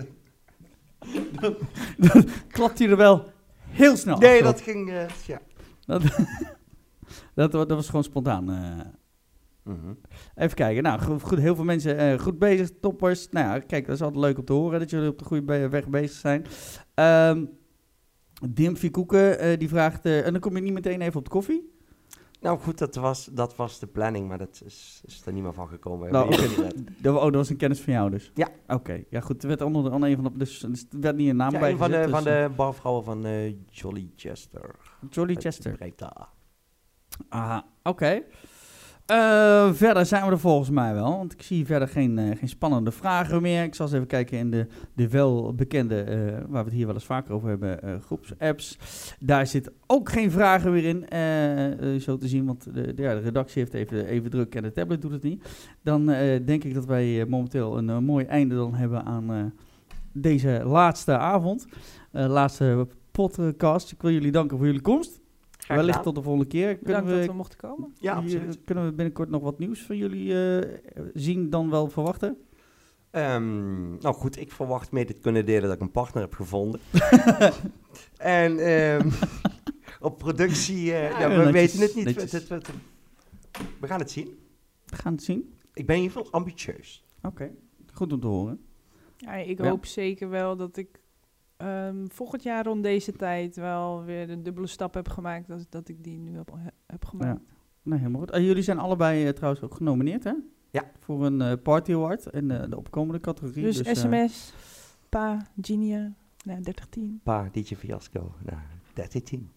Dan klapt hij er wel heel snel Nee, achterop. dat ging... Uh, ja. Dat, dat, dat was gewoon spontaan. Uh. Mm-hmm. Even kijken. Nou, goed, goed, heel veel mensen uh, goed bezig, toppers. Nou ja, kijk, dat is altijd leuk om te horen dat jullie op de goede be- weg bezig zijn. Um, Dimfie Koeken, uh, die vraagt... Uh, en dan kom je niet meteen even op de koffie? Nou goed, dat was, dat was de planning, maar dat is, is er niet meer van gekomen. Nou, Je kunt het. dat, oh, dat was een kennis van jou dus? Ja. Oké, okay. Ja goed, er werd onder, onder een van de... Dus, dus er werd niet een naam Ja, bij een van de, gezet, van dus, de barvrouwen van uh, Jolly Chester. Jolly Uit Chester. Breda. Ah, oké. Okay. Uh, verder zijn we er volgens mij wel, want ik zie verder geen, uh, geen spannende vragen meer. Ik zal eens even kijken in de, de welbekende, uh, waar we het hier wel eens vaker over hebben, uh, groepsapps. Daar zit ook geen vragen meer in, uh, uh, zo te zien, want de, de, ja, de redactie heeft even, even druk en de tablet doet het niet. Dan uh, denk ik dat wij uh, momenteel een uh, mooi einde dan hebben aan uh, deze laatste avond. Uh, laatste podcast. Ik wil jullie danken voor jullie komst. Graag Wellicht gedaan. tot de volgende keer. Kunnen Bedankt we, dat we mochten komen. Ja, hier, absoluut. kunnen we binnenkort nog wat nieuws van jullie uh, zien, dan wel verwachten? Um, nou goed, ik verwacht mee te kunnen delen dat ik een partner heb gevonden. en um, op productie, uh, ja, Ja, we netjes, weten het niet. netjes. We, we, we, we gaan het zien. We gaan het zien. Ik ben in ieder geval ambitieus. Oké, okay. Goed om te horen. Ja, ik Ja. hoop zeker wel dat ik um, volgend jaar rond deze tijd wel weer de dubbele stap heb gemaakt. Dat, dat ik die nu heb, heb gemaakt. Ja. Nee, helemaal goed. Uh, jullie zijn allebei uh, trouwens ook genomineerd, hè? Ja. Voor een uh, Party Award in uh, de opkomende categorie. Dus, Dus, S M S, uh, Pa, Genia, nou, dertig tien. Pa, D J Fiasco, nou, dertig tien.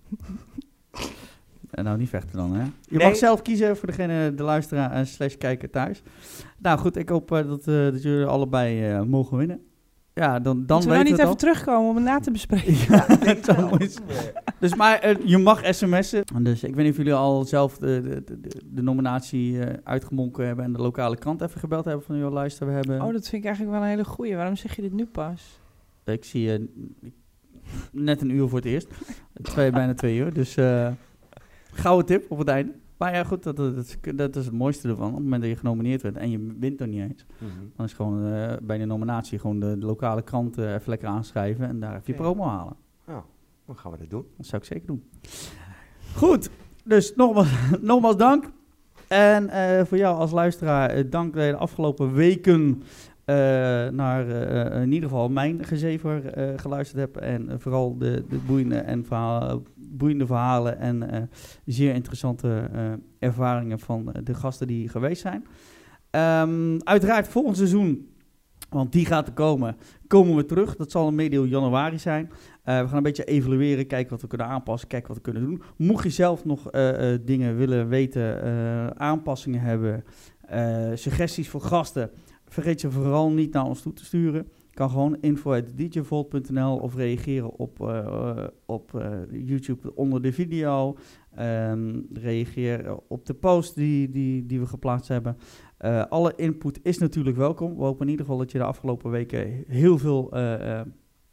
En nou, niet vechten dan, hè? Je Nee. mag zelf kiezen voor degene, de luisteraar uh, slash kijker thuis. Nou goed, ik hoop uh, dat, uh, dat jullie allebei uh, mogen winnen. Ja, dan, dan Moeten we weten nou niet we even het terugkomen om het na te bespreken? Ja, het zou mooi zijn. Dus maar uh, je mag sms'en. Dus ik weet niet of jullie al zelf de, de, de, de nominatie uh, uitgemonken hebben en de lokale krant even gebeld hebben van, joh, luister, we hebben... Oh, dat vind ik eigenlijk wel een hele goeie. Waarom zeg je dit nu pas? Ik zie uh, net een uur voor het eerst. Twee, bijna twee uur. Dus uh, gouden tip op het einde. Maar ja, goed, dat, dat, is, dat is het mooiste ervan. Op het moment dat je genomineerd bent en je wint er niet eens, Mm-hmm. dan is gewoon uh, bij de nominatie gewoon de, de lokale krant uh, even lekker aanschrijven en daar even je Oké. promo halen. Nou, dan gaan we dat doen. Dat zou ik zeker doen. Goed, dus nogmaals, nogmaals dank. En uh, voor jou als luisteraar, uh, dank dat je de afgelopen weken uh, naar uh, in ieder geval mijn gezever uh, geluisterd hebt. En uh, vooral de, de boeiende, en verhaal, boeiende verhalen en uh, zeer interessante uh, ervaringen van uh, de gasten die geweest zijn. Um, uiteraard volgend seizoen, want die gaat er komen, komen we terug. Dat zal een medio januari zijn. Uh, we gaan een beetje evalueren, kijken wat we kunnen aanpassen, kijken wat we kunnen doen. Mocht je zelf nog uh, uh, dingen willen weten, uh, aanpassingen hebben, uh, suggesties voor gasten, vergeet je vooral niet naar ons toe te sturen. Je kan gewoon info at d j volt punt n l of reageren op, uh, uh, op uh, YouTube onder de video. Um, reageer op de post die, die, die we geplaatst hebben. Uh, alle input is natuurlijk welkom. We hopen in ieder geval dat je de afgelopen weken heel veel uh, uh,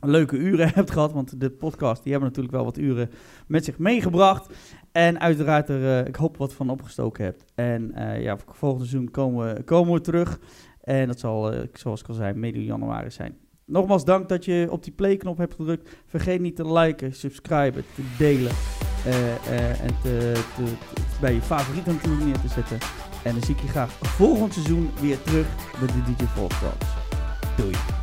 leuke uren hebt gehad. Want de podcast, die hebben natuurlijk wel wat uren met zich meegebracht. En uiteraard er, uh, ik hoop wat van opgestoken hebt. En uh, ja, volgende seizoen komen we, komen we terug. En dat zal, uh, zoals ik al zei, medio januari zijn. Nogmaals dank dat je op die playknop hebt gedrukt. Vergeet niet te liken, subscriben, te delen. Uh, uh, en te, te, te, bij je favorieten natuurlijk neer te zetten. En dan zie ik je graag volgend seizoen weer terug bij de D J Vault Talks. Doei.